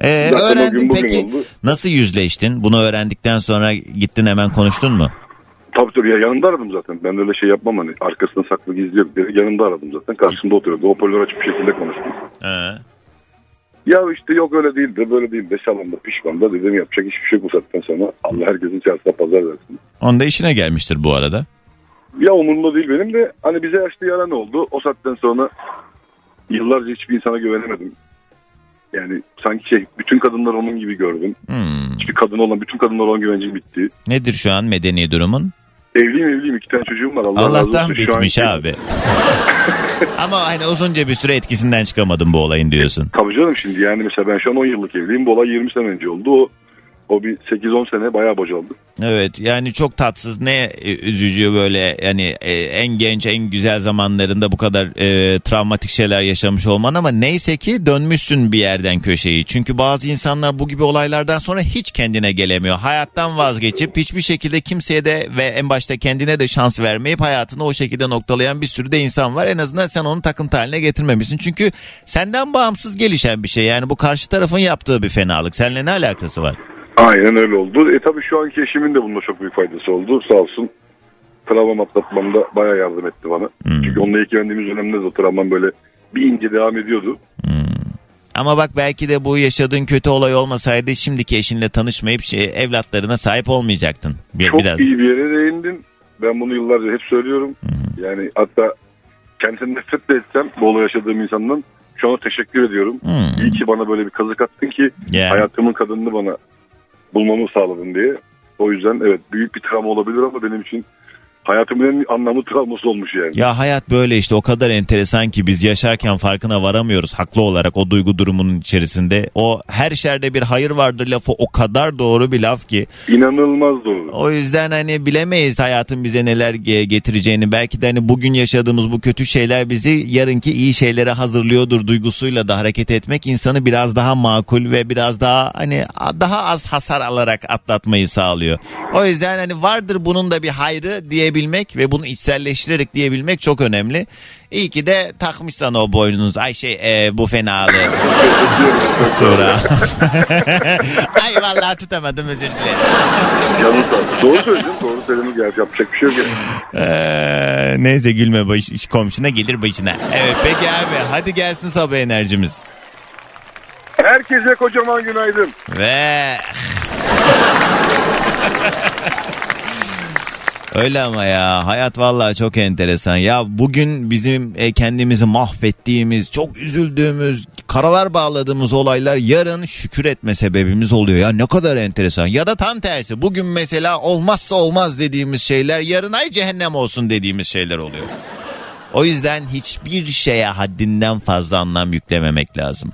Öğrendin peki oldu. Nasıl yüzleştin? Bunu öğrendikten sonra gittin hemen konuştun mu? Tabii ya, yanımda aradım zaten. Ben öyle şey yapmam, hani arkasında saklı gizli yok dedi. Yanımda aradım zaten. Karşımda oturuyordu. Hoparlör açık bir şekilde konuştum. Ya işte yok öyle değil de böyle değil de şalanda pişman da dedim, yapacak hiçbir şey bu saatten sonra. Allah herkesin çarşısına pazar versin. Onda işine gelmiştir bu arada. Ya umurumda değil benim de, hani bize yaşlı yaran oldu. O saatten sonra yıllarca hiçbir insana güvenemedim. Yani sanki bütün kadınlar onun gibi gördüm. Bütün kadınlar olan güvencim bitti. Nedir şu an medeni durumun? Evliyim, 2 tane çocuğum var. Allah'tan bitmiş abi. Ama hani uzunca bir süre etkisinden çıkamadım bu olayın diyorsun. Tabii canım, şimdi yani mesela ben şu an 10 yıllık evliyim. Bu olay 20 sene önce oldu. O bir 8-10 sene bayağı bocaldı. Evet, yani çok tatsız, ne üzücü böyle, yani en genç en güzel zamanlarında bu kadar travmatik şeyler yaşamış olman, ama neyse ki dönmüşsün bir yerden köşeyi. Çünkü bazı insanlar bu gibi olaylardan sonra hiç kendine gelemiyor. Hayattan vazgeçip hiçbir şekilde kimseye de ve en başta kendine de şans vermeyip hayatını o şekilde noktalayan bir sürü de insan var. En azından sen onu takıntı haline getirmemişsin. Çünkü senden bağımsız gelişen bir şey. Yani bu karşı tarafın yaptığı bir fenalık. Seninle ne alakası var? Aynen öyle oldu. Tabii şu anki eşimin de bunda çok büyük faydası oldu. Sağ olsun. Travmam atlatmamda bayağı yardım etti bana. Çünkü onunla ilgilendiğimiz dönemde de travmam böyle bir ince devam ediyordu. Ama bak, belki de bu yaşadığın kötü olay olmasaydı şimdiki eşinle tanışmayıp evlatlarına sahip olmayacaktın. Çok iyi bir yere değindin. Ben bunu yıllarca hep söylüyorum. Yani hatta kendisine nefret de etsem bu olay yaşadığım insandan şu an teşekkür ediyorum. İyi ki bana böyle bir kazık attın ki hayatımın kadınını bana bulmamı sağladın diye. O yüzden evet, büyük bir travma olabilir ama benim için hayatımın en anlamlı travması olmuş yani. Ya hayat böyle işte, o kadar enteresan ki biz yaşarken farkına varamıyoruz haklı olarak o duygu durumunun içerisinde. O her şerde bir hayır vardır lafı o kadar doğru bir laf ki. İnanılmaz doğru. O yüzden hani bilemeyiz hayatın bize neler getireceğini. Belki de hani bugün yaşadığımız bu kötü şeyler bizi yarınki iyi şeylere hazırlıyordur duygusuyla da hareket etmek insanı biraz daha makul ve biraz daha hani daha az hasar alarak atlatmayı sağlıyor. O yüzden hani vardır bunun da bir hayrı diyebilmek ve bunu içselleştirerek diyebilmek çok önemli. İyi ki de takmışsan o boynunuz. Ay bu fenalığı. Ay vallahi tutamadım, özür dilerim. Yalnız doğru söyledin. Doğru söyledin. Yapacak bir şey yok. Neyse, gülme komşuna gelir başına. Evet peki abi, hadi gelsin sabah enerjimiz. Herkese kocaman günaydın. Ve öyle ama ya, hayat vallahi çok enteresan. Ya bugün bizim kendimizi mahvettiğimiz, çok üzüldüğümüz, karalar bağladığımız olaylar yarın şükür etme sebebimiz oluyor. Ya ne kadar enteresan. Ya da tam tersi, bugün mesela olmazsa olmaz dediğimiz şeyler yarın ay cehennem olsun dediğimiz şeyler oluyor. O yüzden hiçbir şeye haddinden fazla anlam yüklememek lazım.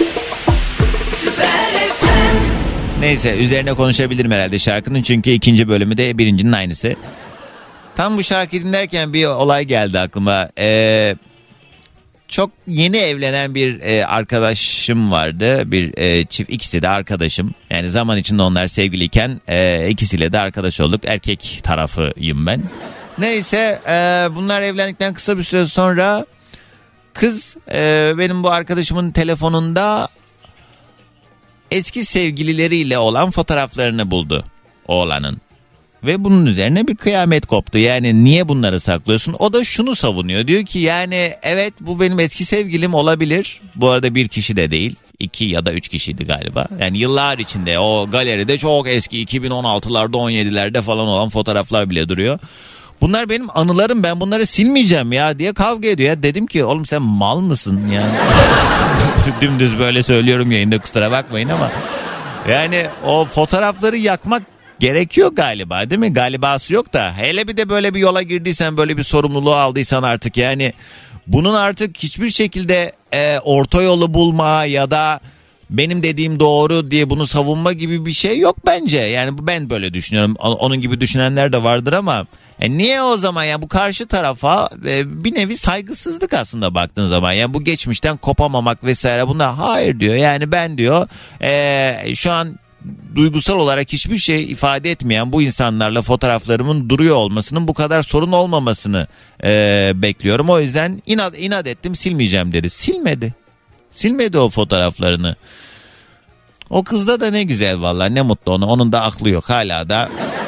Neyse, üzerine konuşabilirim herhalde şarkının, çünkü ikinci bölümü de birincinin aynısı. Tam bu şarkıyı dinlerken bir olay geldi aklıma. Çok yeni evlenen bir arkadaşım vardı. Bir çift, ikisi de arkadaşım. Yani zaman içinde onlar sevgiliyken ikisiyle de arkadaş olduk. Erkek tarafıyım ben. Neyse, bunlar evlendikten kısa bir süre sonra kız benim bu arkadaşımın telefonunda eski sevgilileriyle olan fotoğraflarını buldu oğlanın. Ve bunun üzerine bir kıyamet koptu. Yani niye bunları saklıyorsun? O da şunu savunuyor. Diyor ki yani evet, bu benim eski sevgilim olabilir. Bu arada bir kişi de değil. 2 ya da 3 kişiydi galiba. Yani yıllar içinde o galeride çok eski 2016'larda 17'lerde falan olan fotoğraflar bile duruyor. Bunlar benim anılarım, ben bunları silmeyeceğim ya diye kavga ediyor. Ya dedim ki oğlum sen mal mısın yani? Dümdüz böyle söylüyorum yayında, kusura bakmayın ama. Yani o fotoğrafları yakmak gerekiyor galiba, değil mi? Galibası yok da. Hele bir de böyle bir yola girdiysen, böyle bir sorumluluğu aldıysan artık, yani bunun artık hiçbir şekilde orta yolu bulma ya da benim dediğim doğru diye bunu savunma gibi bir şey yok bence. Yani ben böyle düşünüyorum. Onun gibi düşünenler de vardır ama niye o zaman ya, bu karşı tarafa bir nevi saygısızlık aslında baktığın zaman. Yani bu geçmişten kopamamak vesaire, bunlar hayır diyor. Yani ben diyor şu an duygusal olarak hiçbir şey ifade etmeyen bu insanlarla fotoğraflarımın duruyor olmasının bu kadar sorun olmamasını bekliyorum. O yüzden inat ettim, silmeyeceğim dedi. Silmedi o fotoğraflarını. O kızda da ne güzel vallahi, ne mutlu ona. Onun da aklı yok hala da.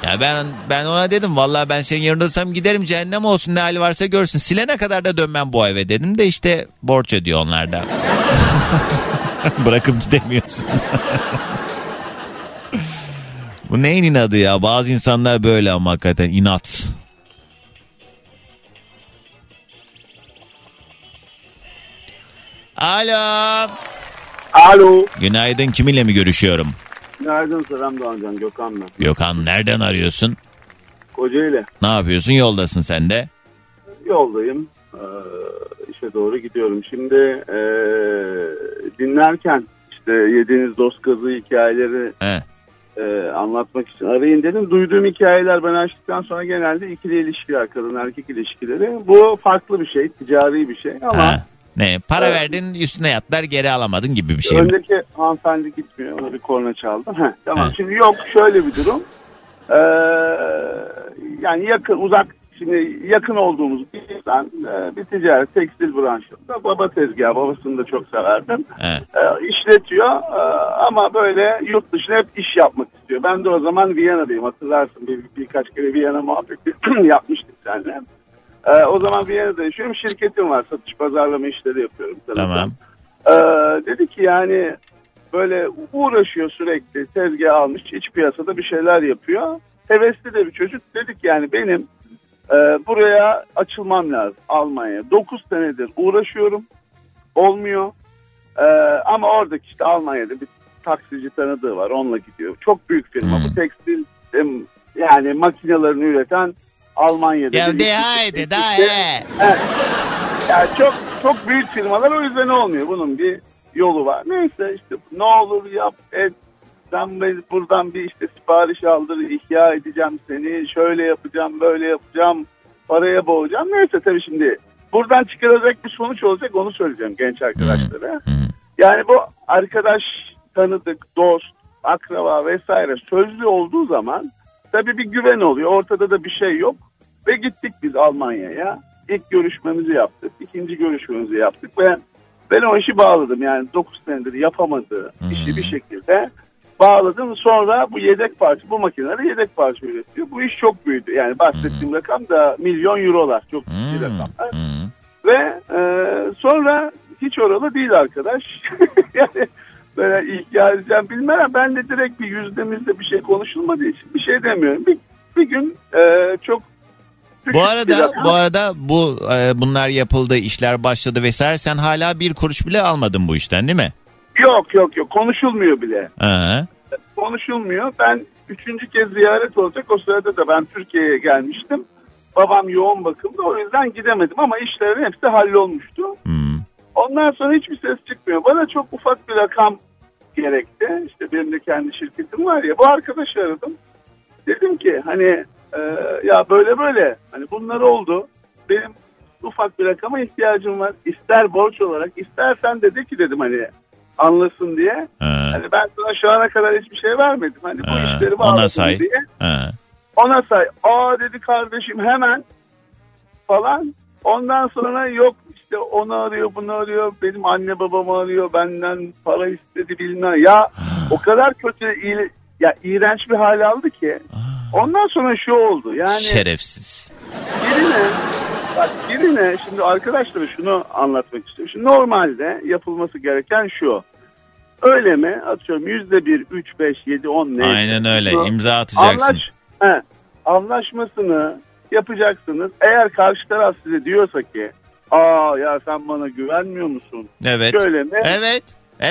Ya ben ona dedim vallahi ben senin yerinde olsam giderim, cehennem olsun, ne hali varsa görsün. Silene kadar da dönmem bu eve dedim de işte borç ödüyor onlar da. Bırakıp gidemiyorsun. Bu neyin inadı ya? Bazı insanlar böyle ama hakikaten inat. Alo. Alo. Günaydın, kiminle mi görüşüyorum? Günaydın Selam Doğancan, Gökhan ben. Gökhan, nereden arıyorsun? Kocaeli. Ne yapıyorsun, yoldasın sen de? Yoldayım. İşe doğru gidiyorum. Şimdi dinlerken işte yediğiniz dost kazığı hikayeleri anlatmak için arayın dedim. Duyduğum hikayeler ben açtıktan sonra genelde ikili ilişkiler, kadın erkek ilişkileri. Bu farklı bir şey, ticari bir şey ama... Ne? Para verdin, üstüne yatlar, geri alamadın gibi bir şey mi? Öndeki hanımefendi gitmiyor. Ona bir korna çaldım. Tamam. Şimdi yok, şöyle bir durum. Yani yakın, uzak, şimdi yakın olduğumuz bir insan bir ticaret, tekstil branşında baba tezgahı, babasını da çok severdim. İşletiyor ama böyle yurt dışına hep iş yapmak istiyor. Ben de o zaman Viyana'dayım, hatırlarsın. Birkaç kere Viyana muhabbeti yapmıştık seninle. O zaman Viyana'da yaşıyorum. Şirketim var. Satış pazarlama işleri yapıyorum. Tamam. Dedi ki yani böyle uğraşıyor sürekli. Tezgah almış. İç piyasada bir şeyler yapıyor. Hevesli de bir çocuk. Dedik yani benim buraya açılmam lazım. Almanya'ya. 9 senedir uğraşıyorum. Olmuyor. Ama oradaki işte Almanya'da bir taksici tanıdığı var. Onunla gidiyor. Çok büyük firma. Bu tekstil yani makinelerini üreten Almanya'da. Ya de haydi daha Yani çok büyük firmalar, o yüzden olmuyor. Bunun bir yolu var. Neyse işte ne olur yap et. Ben buradan bir işte sipariş aldır, ihya edeceğim seni. Şöyle yapacağım, böyle yapacağım. Paraya boğacağım. Neyse tabii şimdi buradan çıkaracak bir sonuç olacak, onu söyleyeceğim genç arkadaşlara. Yani bu arkadaş, tanıdık, dost, akraba vesaire sözlü olduğu zaman tabii bir güven oluyor. Ortada da bir şey yok. Ve gittik biz Almanya'ya. İlk görüşmemizi yaptık. İkinci görüşmemizi yaptık. Ve ben o işi bağladım. Yani 9 senedir yapamadığı işi bir şekilde bağladım. Sonra bu yedek parça, bu makineleri yedek parça üretiyor. Bu iş çok büyüdü. Yani bahsettiğim rakam da milyon eurolar. Çok ciddi rakamlar. Ve sonra hiç oralı değil arkadaş. Yani böyle ihya edeceğim bilmem. Ben de direkt bir yüzdemizde bir şey konuşulmadığı için bir şey demiyorum. Bir gün çok Bu arada bunlar yapıldı, işler başladı vesaire. Sen hala bir kuruş bile almadın bu işten, değil mi? Yok. Konuşulmuyor bile. Konuşulmuyor. Ben 3. kez ziyaret olacak. O sırada da ben Türkiye'ye gelmiştim. Babam yoğun bakımda, o yüzden gidemedim ama işlerin hepsi hallolmuştu. Ondan sonra hiçbir ses çıkmıyor. Bana çok ufak bir rakam gerekti. İşte benim de kendi şirketim var ya. Bu arkadaşı aradım. Dedim ki hani ya böyle hani bunlar oldu. Benim ufak bir rakama ihtiyacım var. İster borç olarak, istersen dedi ki dedim hani anlasın diye. Hani ben sana şu ana kadar hiçbir şey vermedim. Hani bu işleri bağladım diye. Ona say. Dedi kardeşim hemen falan. Ondan sonra yok işte onu arıyor, bunu arıyor. Benim anne babamı arıyor. Benden para istedi bilmem. Ya o kadar kötü, iğrenç bir hal aldı ki. Ondan sonra şu oldu. Yani şerefsiz. Birine şimdi arkadaşlara şunu anlatmak istiyorum. Şimdi normalde yapılması gereken şu. Öyle mi? Atıyorum %1, 3, 5, 7, 10 neyse. Aynen öyle. İmza atacaksın. Anlaşmasını yapacaksınız. Eğer karşı taraf size diyorsa ki ya sen bana güvenmiyor musun? Evet. Şöyle mi? Evet.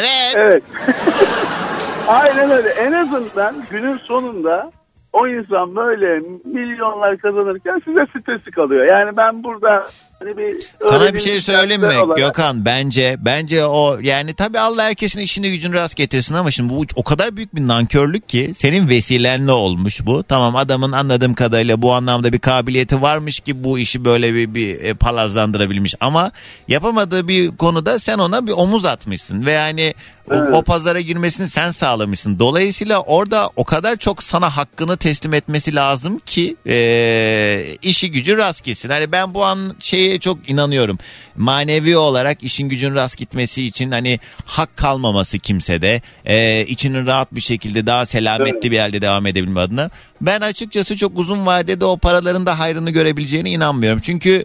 Aynen öyle. En azından günün sonunda o insan böyle milyonlar kazanırken size stresi kalıyor. Yani ben burada hani sana bir şey söyleyeyim mi Gökhan? Bence o yani tabii Allah herkesin işini gücünü rast getirsin ama şimdi bu o kadar büyük bir nankörlük ki senin vesilenle olmuş bu. Tamam, adamın anladığım kadarıyla bu anlamda bir kabiliyeti varmış ki bu işi böyle bir palazlandırabilmiş ama yapamadığı bir konuda sen ona bir omuz atmışsın ve yani o pazara girmesini sen sağlamışsın. Dolayısıyla orada o kadar çok sana hakkını teslim etmesi lazım ki işi gücü rast gitsin. Hani ben bu an şeyi şeye çok inanıyorum. Manevi olarak işin gücün rast gitmesi için hani hak kalmaması kimsede. İçinin rahat bir şekilde daha selametli bir halde devam edebilme adına. Ben açıkçası çok uzun vadede o paraların da hayrını görebileceğine inanmıyorum. Çünkü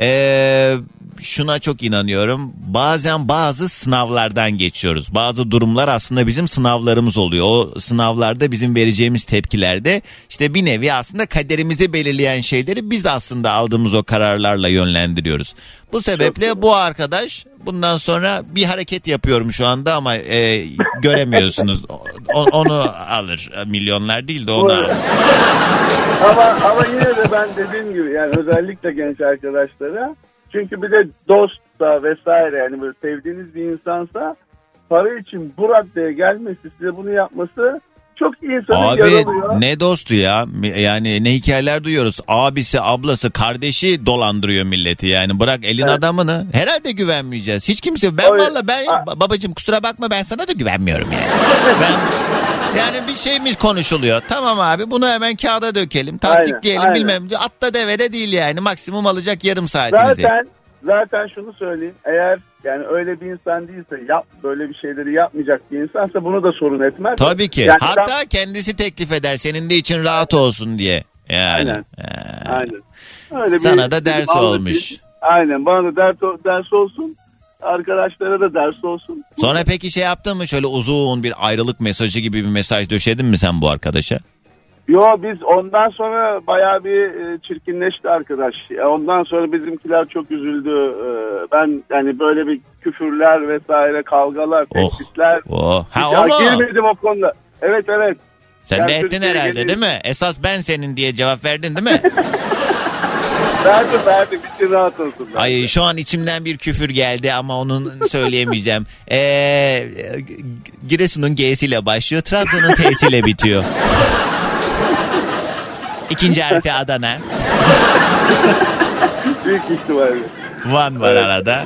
şuna çok inanıyorum. Bazen bazı sınavlardan geçiyoruz. Bazı durumlar aslında bizim sınavlarımız oluyor. O sınavlarda bizim vereceğimiz tepkilerde işte bir nevi aslında kaderimizi belirleyen şeyleri biz aslında aldığımız o kararlarla yönlendiriyoruz. Bu sebeple bu arkadaş bundan sonra bir hareket yapıyorum şu anda ama göremiyorsunuz. Onu alır. Milyonlar değil de onu alır. Ama yine de ben dediğim gibi yani özellikle genç arkadaşlara, çünkü bir de dost da vesaire, yani böyle sevdiğiniz bir insansa para için bu raddeye gelmesi, size bunu yapması çok insanı yaralıyor. Abi ne dostu ya, yani ne hikayeler duyuyoruz. Abisi, ablası, kardeşi dolandırıyor milleti, yani bırak elin adamını. Herhalde güvenmeyeceğiz hiç kimse. Babacığım kusura bakma, ben sana da güvenmiyorum yani. Yani bir şeyimiz konuşuluyor. Tamam abi, bunu hemen kağıda dökelim. Tasdikleyelim, bilmem. Atla devede değil yani. Maksimum alacak yarım saatinizi. Zaten şunu söyleyeyim. Eğer yani öyle bir insan değilse, böyle bir şeyleri yapmayacak bir insansa bunu da sorun etmez. Tabii ki. Yani hatta kendisi teklif eder senin de için rahat olsun diye. Yani. Aynen. Öyle sana da ders olmuş. Aynen, bana da ders olsun. Arkadaşlara da ders olsun. Sonra peki şey yaptın mı, şöyle uzun bir ayrılık mesajı gibi bir mesaj döşedin mi sen bu arkadaşa? Yo, biz ondan sonra bayağı bir çirkinleşti arkadaş. Ondan sonra bizimkiler çok üzüldü. Ben yani böyle bir küfürler vesaire, kavgalar, tehditler. Girmedim o konuda. Evet. Sen de ettin herhalde değil mi? Esas ben senin diye cevap verdin değil mi? Verdim. Bir rahat olsun. Ay şu an içimden bir küfür geldi ama onu söyleyemeyeceğim. Giresun'un G'siyle başlıyor. Trabzon'un T'siyle bitiyor. İkinci harfi Adana. Büyük ihtimalle. Van var arada.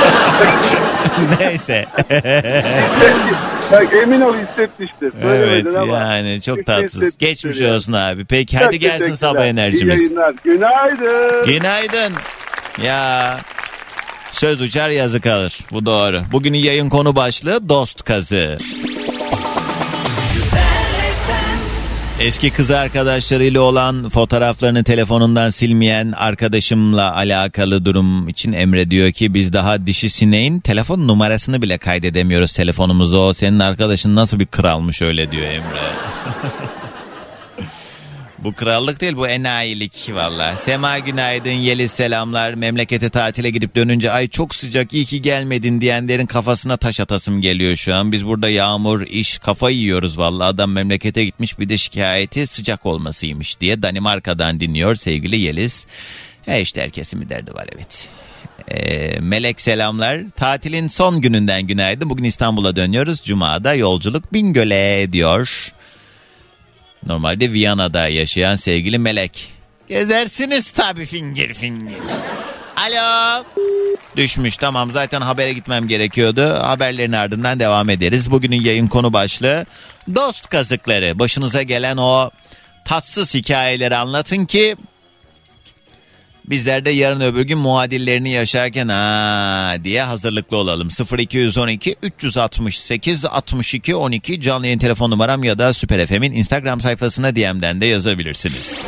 Neyse. Bak emin ol hissetmiştir. Evet yani çok tatsız. Geçmiş olsun abi. Peki hadi gelsin sabah enerjimiz. İyi yayınlar. Günaydın. Ya söz uçar yazı kalır. Bu doğru. Bugünün yayın konu başlığı dost kazığı. Eski kız arkadaşlarıyla olan fotoğraflarını telefonundan silmeyen arkadaşımla alakalı durum için Emre diyor ki biz daha dişi sineğin telefon numarasını bile kaydedemiyoruz telefonumuza. O senin arkadaşın nasıl bir kralmış öyle diyor Emre. Bu krallık değil, bu enayilik valla. Sema günaydın, Yeliz selamlar. Memlekete tatile gidip dönünce ay çok sıcak iyi ki gelmedin diyenlerin kafasına taş atasım geliyor şu an. Biz burada yağmur, iş, kafayı yiyoruz valla. Adam memlekete gitmiş, bir de şikayeti sıcak olmasıymış diye Danimarka'dan dinliyor sevgili Yeliz. İşte herkesin bir derdi var, evet. Melek selamlar. Tatilin son gününden günaydın. Bugün İstanbul'a dönüyoruz. Cuma'da yolculuk Bingöl'e diyor. Normalde Viyana'da yaşayan sevgili Melek. Gezersiniz tabii fingir. Alo. Düşmüş, tamam, zaten habere gitmem gerekiyordu. Haberlerin ardından devam ederiz. Bugünün yayın konu başlığı dost kazıkları. Başınıza gelen o tatsız hikayeleri anlatın ki bizler de yarın öbür gün muadillerini yaşarken diye hazırlıklı olalım. 0212 368 62 12 canlı yayın telefon numaram ya da Süper FM'in Instagram sayfasına DM'den de yazabilirsiniz.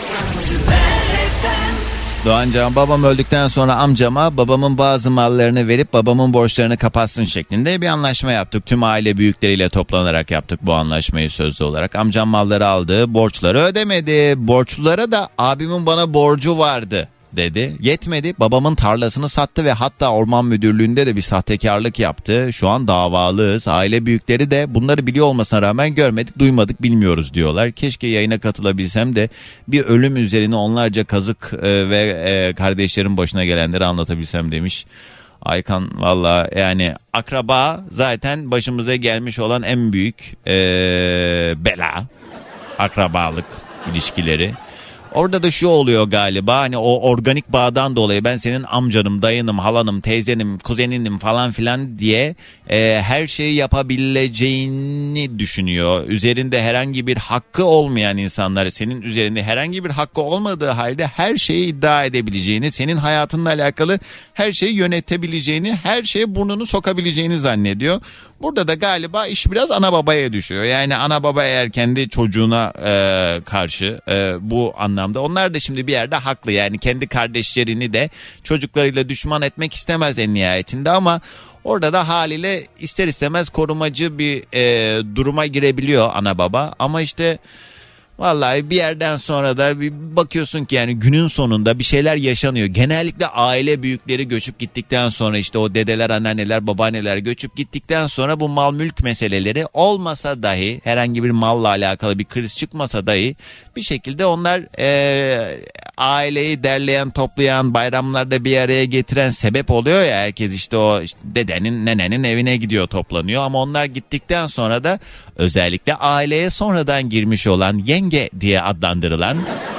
Doğancan, babam öldükten sonra amcama babamın bazı mallarını verip babamın borçlarını kapatsın şeklinde bir anlaşma yaptık. Tüm aile büyükleriyle toplanarak yaptık bu anlaşmayı sözlü olarak. Amcam malları aldı, borçları ödemedi. Borçlulara da abimin bana borcu vardı dedi. Yetmedi, babamın tarlasını sattı ve hatta orman müdürlüğünde de bir sahtekarlık yaptı. Şu an davalıyız. Aile büyükleri de bunları biliyor olmasına rağmen görmedik, duymadık, bilmiyoruz diyorlar. Keşke yayına katılabilsem de bir ölüm üzerine onlarca kazık ve kardeşlerin başına gelenleri anlatabilsem demiş Aykan. Valla yani akraba zaten başımıza gelmiş olan en büyük bela. Akrabalık ilişkileri. Orada da şu oluyor galiba, hani o organik bağdan dolayı ben senin amcanım, dayınım, halanım, teyzenim, kuzeninim falan filan diye her şeyi yapabileceğini düşünüyor. Üzerinde herhangi bir hakkı olmayan insanlar, senin üzerinde herhangi bir hakkı olmadığı halde her şeyi iddia edebileceğini, senin hayatınla alakalı her şeyi yönetebileceğini, her şeye burnunu sokabileceğini zannediyor. Burada da galiba iş biraz ana babaya düşüyor. Yani ana baba eğer kendi çocuğuna karşı bu anlamda, onlar da şimdi bir yerde haklı. Yani kendi kardeşlerini de çocuklarıyla düşman etmek istemez en nihayetinde, ama orada da haliyle ister istemez korumacı bir duruma girebiliyor ana baba. Ama işte vallahi bir yerden sonra da bir bakıyorsun ki yani günün sonunda bir şeyler yaşanıyor. Genellikle aile büyükleri göçüp gittikten sonra, işte o dedeler, anneanneler, babaanneler göçüp gittikten sonra bu mal mülk meseleleri olmasa dahi, herhangi bir malla alakalı bir kriz çıkmasa dahi bir şekilde onlar aileyi derleyen, toplayan, bayramlarda bir araya getiren sebep oluyor ya. Herkes işte o dedenin, nenenin evine gidiyor, toplanıyor, ama onlar gittikten sonra da özellikle aileye sonradan girmiş olan yenge diye adlandırılan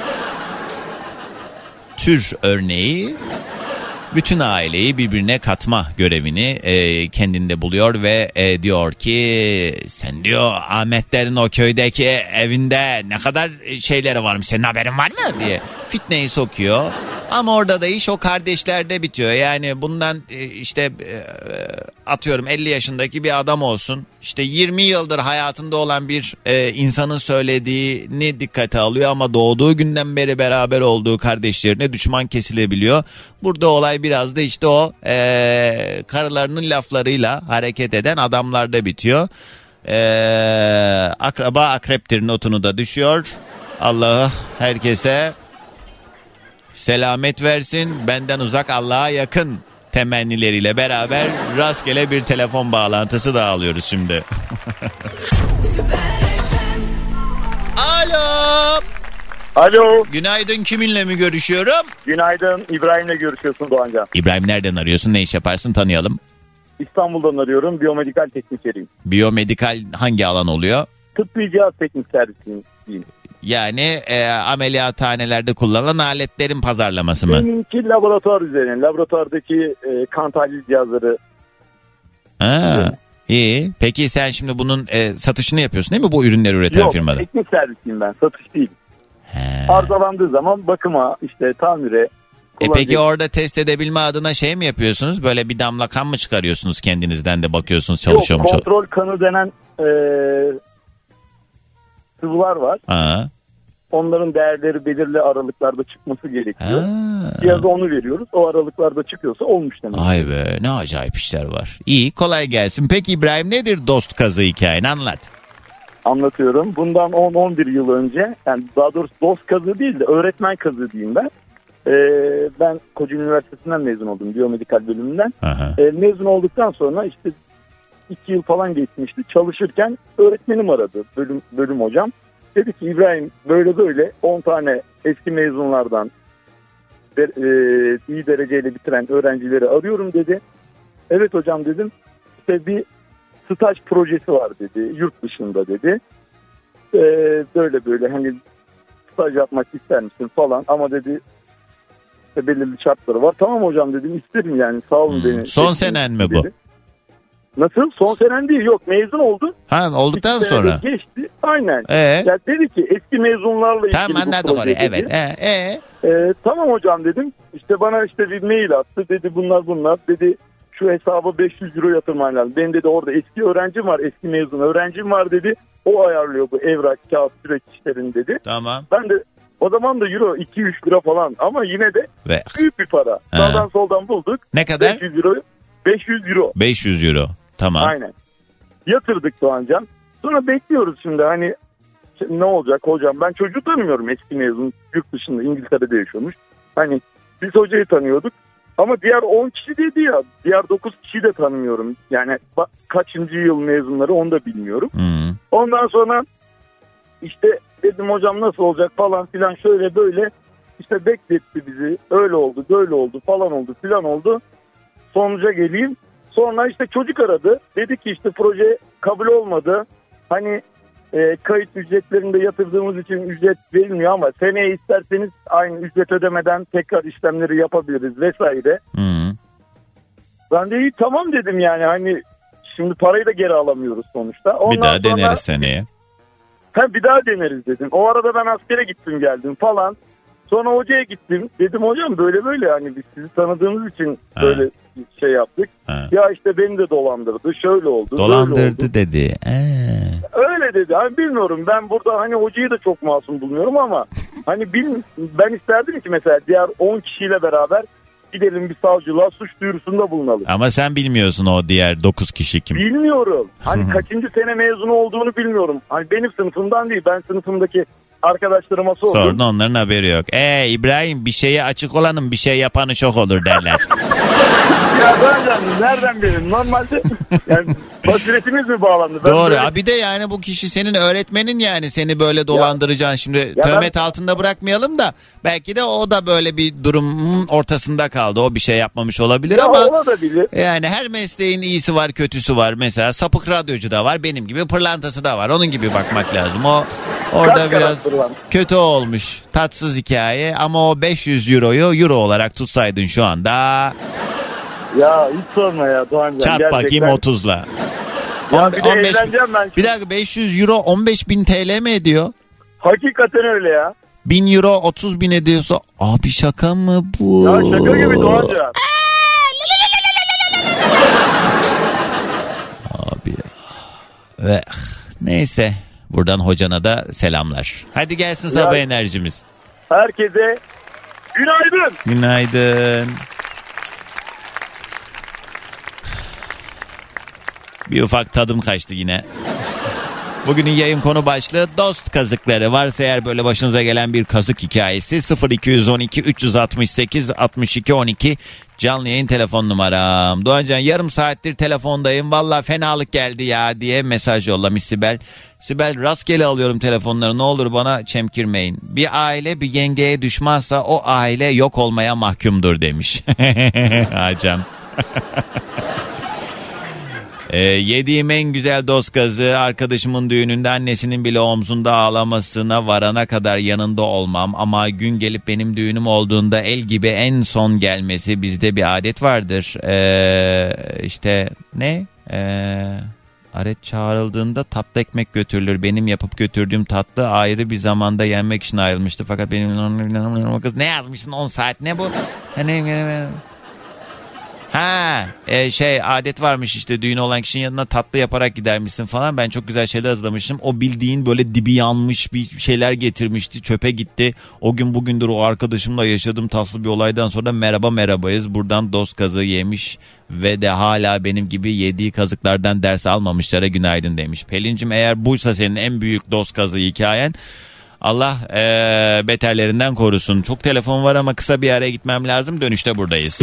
tür örneği bütün aileyi birbirine katma görevini kendinde buluyor ve diyor ki sen diyor Ahmetlerin o köydeki evinde ne kadar şeyleri varmış, senin haberin var mı diye fitneyi sokuyor. Ama orada da iş o kardeşlerde bitiyor. Yani bundan işte atıyorum 50 yaşındaki bir adam olsun, işte 20 yıldır hayatında olan bir insanın söylediğini dikkate alıyor, ama doğduğu günden beri beraber olduğu kardeşlerine düşman kesilebiliyor. Burada olay biraz da işte o karılarının laflarıyla hareket eden adamlarda bitiyor. Akraba akreptir notunu da düşüyor. Allah herkese selamet versin, benden uzak Allah'a yakın temennileriyle beraber rastgele bir telefon bağlantısı da alıyoruz şimdi. Alo. Alo. Günaydın, kiminle mi görüşüyorum? Günaydın, İbrahim'le görüşüyorsun Doğancan. İbrahim, nereden arıyorsun, ne iş yaparsın, tanıyalım. İstanbul'dan arıyorum, biyomedikal teknikeriyim. Biyomedikal hangi alan oluyor? Tıbbi cihaz teknik servisiyim. Yani ameliyathanelerde kullanılan aletlerin pazarlaması mı? Benimki laboratuvar üzerine. Laboratuvardaki kan tahlil cihazları. İyi. Peki sen şimdi bunun satışını yapıyorsun değil mi bu ürünleri üreten firmada? Yok, teknik servisiyim ben. Satış değil. Arızalandığı zaman bakıma, işte tamire. Peki orada test edebilme adına şey mi yapıyorsunuz? Böyle bir damla kan mı çıkarıyorsunuz kendinizden de bakıyorsunuz çalışıyor mu? Yok, kontrol kanı denen sıvılar var. Onların değerleri belirli aralıklarda çıkması gerekiyor. Cihaza onu veriyoruz. O aralıklarda çıkıyorsa olmuş demek. Ay be, ne acayip işler var. İyi, kolay gelsin. Peki İbrahim, nedir dost kazı hikayeni, anlat. Anlatıyorum. Bundan 10-11 yıl önce, yani daha doğrusu dost kazı değil de öğretmen kazı diyeyim ben. Ben Kocaeli Üniversitesi'nden mezun oldum, biyomedikal bölümünden. Mezun olduktan sonra işte 2 yıl falan geçmişti. Çalışırken öğretmenim aradı, bölüm hocam. Dedi ki İbrahim böyle 10 tane eski mezunlardan iyi dereceyle bitiren öğrencileri arıyorum dedi. Evet hocam dedim. İşte bir staj projesi var dedi, yurt dışında dedi. Böyle hani staj yapmak ister misin falan, ama dedi işte belirli şartları var. Tamam hocam dedim, isterim yani, sağ olun beni. Son senen mi bu? Nasıl? Son senen değil, yok, mezun oldun. Olduktan sonra. Geçti, aynen. Ya dedi ki eski mezunlarla ilgili bu proje dedi. Evet. Tamam hocam dedim. İşte bana işte bir mail attı, dedi bunlar dedi. Şu hesaba 500 euro yatırman lazım. Benim dedi orada eski öğrencim var, eski mezun öğrencim var dedi. O ayarlıyor bu evrak, kağıt, süreç işlerini dedi. Tamam. Ben de o zaman da euro 2-3 lira falan, ama yine de büyük bir para. Sağdan soldan bulduk. Ne kadar? 500 euro. 500 euro. 500 euro. Tamam. Aynen. Yatırdık Doğancan. Sonra bekliyoruz şimdi, hani ne olacak hocam? Ben çocuğu tanımıyorum, eski mezun, yurt dışında, İngiltere'de yaşıyormuş. Hani biz hocayı tanıyorduk. Ama diğer 10 kişi dedi ya, diğer 9 kişiyi de tanımıyorum. Yani kaçıncı yıl mezunları onu da bilmiyorum. Ondan sonra işte dedim hocam nasıl olacak falan filan, şöyle böyle. İşte bekletti bizi, öyle oldu, böyle oldu, falan oldu, filan oldu. Sonuca geleyim. Sonra işte çocuk aradı. Dedi ki işte proje kabul olmadı. Hani kayıt ücretlerinde yatırdığımız için ücret verilmiyor ama seneye isterseniz aynı ücret ödemeden tekrar işlemleri yapabiliriz vesaire. Ben de iyi tamam dedim yani hani şimdi parayı da geri alamıyoruz sonuçta. Ondan bir daha deneriz seneye. Bir daha deneriz dedim. O arada ben askere gittim geldim falan. Sonra hocaya gittim. Dedim hocam böyle yani biz sizi tanıdığımız için böyle şey yaptık. Ya işte beni de dolandırdı. Şöyle oldu. Dolandırdı oldu. Dedi. Öyle dedi. Hani bilmiyorum ben burada hani hocayı da çok masum bulmuyorum ama hani ben isterdim ki mesela diğer 10 kişiyle beraber gidelim bir savcılığa suç duyurusunda bulunalım. Ama sen bilmiyorsun o diğer 9 kişi kim? Bilmiyorum. Hani kaçıncı sene mezunu olduğunu bilmiyorum. Hani benim sınıfımdan değil. Ben sınıfımdaki arkadaşlarıma sordum. Sorun onların haberi yok. İbrahim bir şeye açık olanın bir şey yapanı çok olur derler. Ya ben nereden bileyim? Normalde yani basiretimiz mi bağlandı? Doğru. Bir de yani bu kişi senin öğretmenin yani seni böyle dolandıracaksın. Şimdi töhmet altında bırakmayalım da belki de o da böyle bir durumun ortasında kaldı. O bir şey yapmamış olabilir ama olabilir. Yani her mesleğin iyisi var kötüsü var. Mesela sapık radyocu da var. Benim gibi pırlantası da var. Onun gibi bakmak lazım. Orada biraz kötü olmuş. Tatsız hikaye ama o 500 euroyu euro olarak tutsaydın şu anda. Ya hiç sorma ya Doğancan. Çarp gerçekten. Bakayım 30'la. Ya bir de evleneceğim ben. Bir dakika 500 euro 15.000 TL mi ediyor? Hakikaten öyle ya. 1000 euro 30.000 ediyorsa abi şaka mı bu? Ya şaka gibi Doğancan. Abi ya. Neyse. Buradan hocana da selamlar. Hadi gelsin sabah enerjimiz. Herkese günaydın. Günaydın. Bir ufak tadım kaçtı yine. Bugünün yayın konu başlığı dost kazıkları. Varsa eğer böyle başınıza gelen bir kazık hikayesi 0212 368 62 12 canlı yayın telefon numaram. Doğancan yarım saattir telefondayım. Valla fenalık geldi ya diye mesaj yollamış Sibel. Sibel rastgele alıyorum telefonları ne olur bana çemkirmeyin. Bir aile bir yengeye düşmansa o aile yok olmaya mahkumdur demiş. Hacam. Yediğim en güzel dost gazı arkadaşımın düğününde annesinin bile omzunda ağlamasına varana kadar yanında olmam ama gün gelip benim düğünüm olduğunda el gibi en son gelmesi bizde bir adet vardır. İşte ne? Aret çağrıldığında tatlı ekmek götürülür. Benim yapıp götürdüğüm tatlı ayrı bir zamanda yenmek için ayrılmıştı. Fakat benim kız ne yazmışsın 10 saat ne bu? Adet varmış işte düğün olan kişinin yanına tatlı yaparak gidermişsin falan. Ben çok güzel şeyler hazırlamıştım. O bildiğin böyle dibi yanmış bir şeyler getirmişti. Çöpe gitti. O gün bugündür o arkadaşımla yaşadığım tatsız bir olaydan sonra merhabayız. Buradan dost kazığı yemiş ve de hala benim gibi yediği kazıklardan ders almamışlara günaydın demiş. Pelin'cim eğer buysa senin en büyük dost kazığı hikayen Allah beterlerinden korusun. Çok telefon var ama kısa bir araya gitmem lazım. Dönüşte buradayız.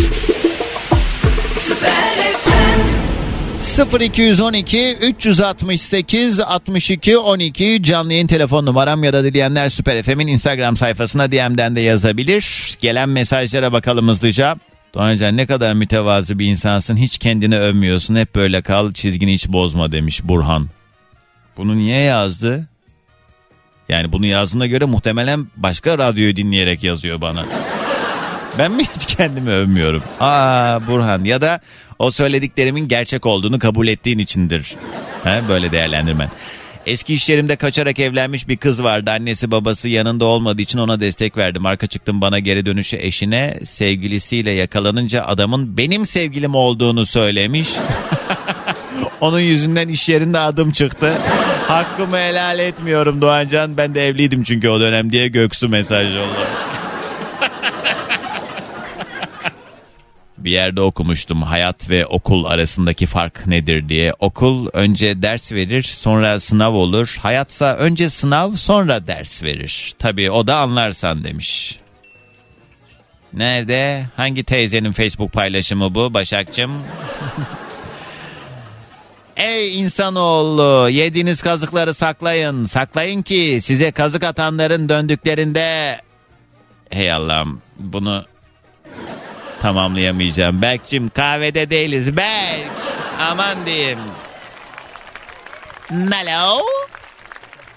0212 368 62 12 canlı yayın telefon numaram ya da dileyenler Süper FM'in Instagram sayfasına DM'den de yazabilir. Gelen mesajlara bakalım hızlıca. Doğancan ne kadar mütevazı bir insansın, hiç kendini övmüyorsun, hep böyle kal, çizgini hiç bozma demiş Burhan. Bunu niye yazdı? Yani bunu yazdığına göre muhtemelen başka radyoyu dinleyerek yazıyor bana. Ben mi hiç kendimi övmüyorum? Burhan, ya da o söylediklerimin gerçek olduğunu kabul ettiğin içindir. Böyle değerlendirmen. Eski iş yerimde kaçarak evlenmiş bir kız vardı. Annesi babası yanında olmadığı için ona destek verdim. Arka çıktım bana geri dönüşü eşine sevgilisiyle yakalanınca adamın benim sevgilim olduğunu söylemiş. Onun yüzünden iş yerinde adım çıktı. Hakkımı helal etmiyorum Doğancan. Ben de evliydim çünkü o dönem diye Göksu mesaj yollamış. Bir yerde okumuştum hayat ve okul arasındaki fark nedir diye. Okul önce ders verir sonra sınav olur. Hayatsa önce sınav sonra ders verir. Tabii o da anlarsan demiş. Nerede? Hangi teyzenin Facebook paylaşımı bu Başakçım? Ey insanoğlu, yediğiniz kazıkları saklayın. Saklayın ki size kazık atanların döndüklerinde... Hey Allah'ım, bunu tamamlayamayacağım. Berk'cim kahvede değiliz. Berk, aman diyeyim. Hello?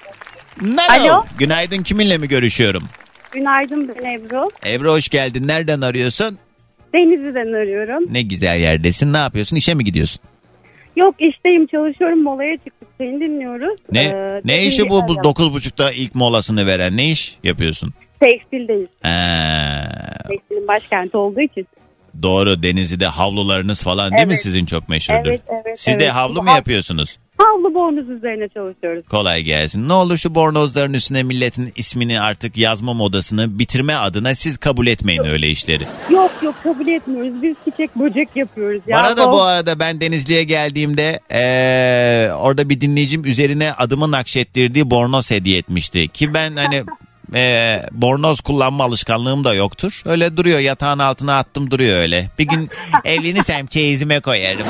Alo. Günaydın, kiminle mi görüşüyorum? Günaydın, ben Ebru. Ebru hoş geldin. Nereden arıyorsun? Denizli'den arıyorum. Ne güzel yerdesin. Ne yapıyorsun? İşe mi gidiyorsun? Yok, işteyim, çalışıyorum, molaya çıktık, seni dinliyoruz. Ne işi bu 9.30'da ilk molasını veren? Ne iş yapıyorsun? Tekstildeyiz. Tekstilin başkenti olduğu için. Doğru, Denizli'de havlularınız falan değil mi sizin çok meşhurdur? Evet. Siz de havlu mu yapıyorsunuz? Havlu bornoz üzerine çalışıyoruz. Kolay gelsin. Ne olur şu bornozların üstüne milletin ismini artık yazma modasını bitirme adına siz kabul etmeyin öyle işleri. Yok kabul etmiyoruz. Biz çiçek böcek yapıyoruz. Bana da bu arada ben Denizli'ye geldiğimde orada bir dinleyicim üzerine adımı nakşettirdiği bornoz hediye etmişti. Ki ben hani bornoz kullanma alışkanlığım da yoktur. Öyle duruyor, yatağın altına attım duruyor öyle. Bir gün evlenirsem çeyizime koyarım.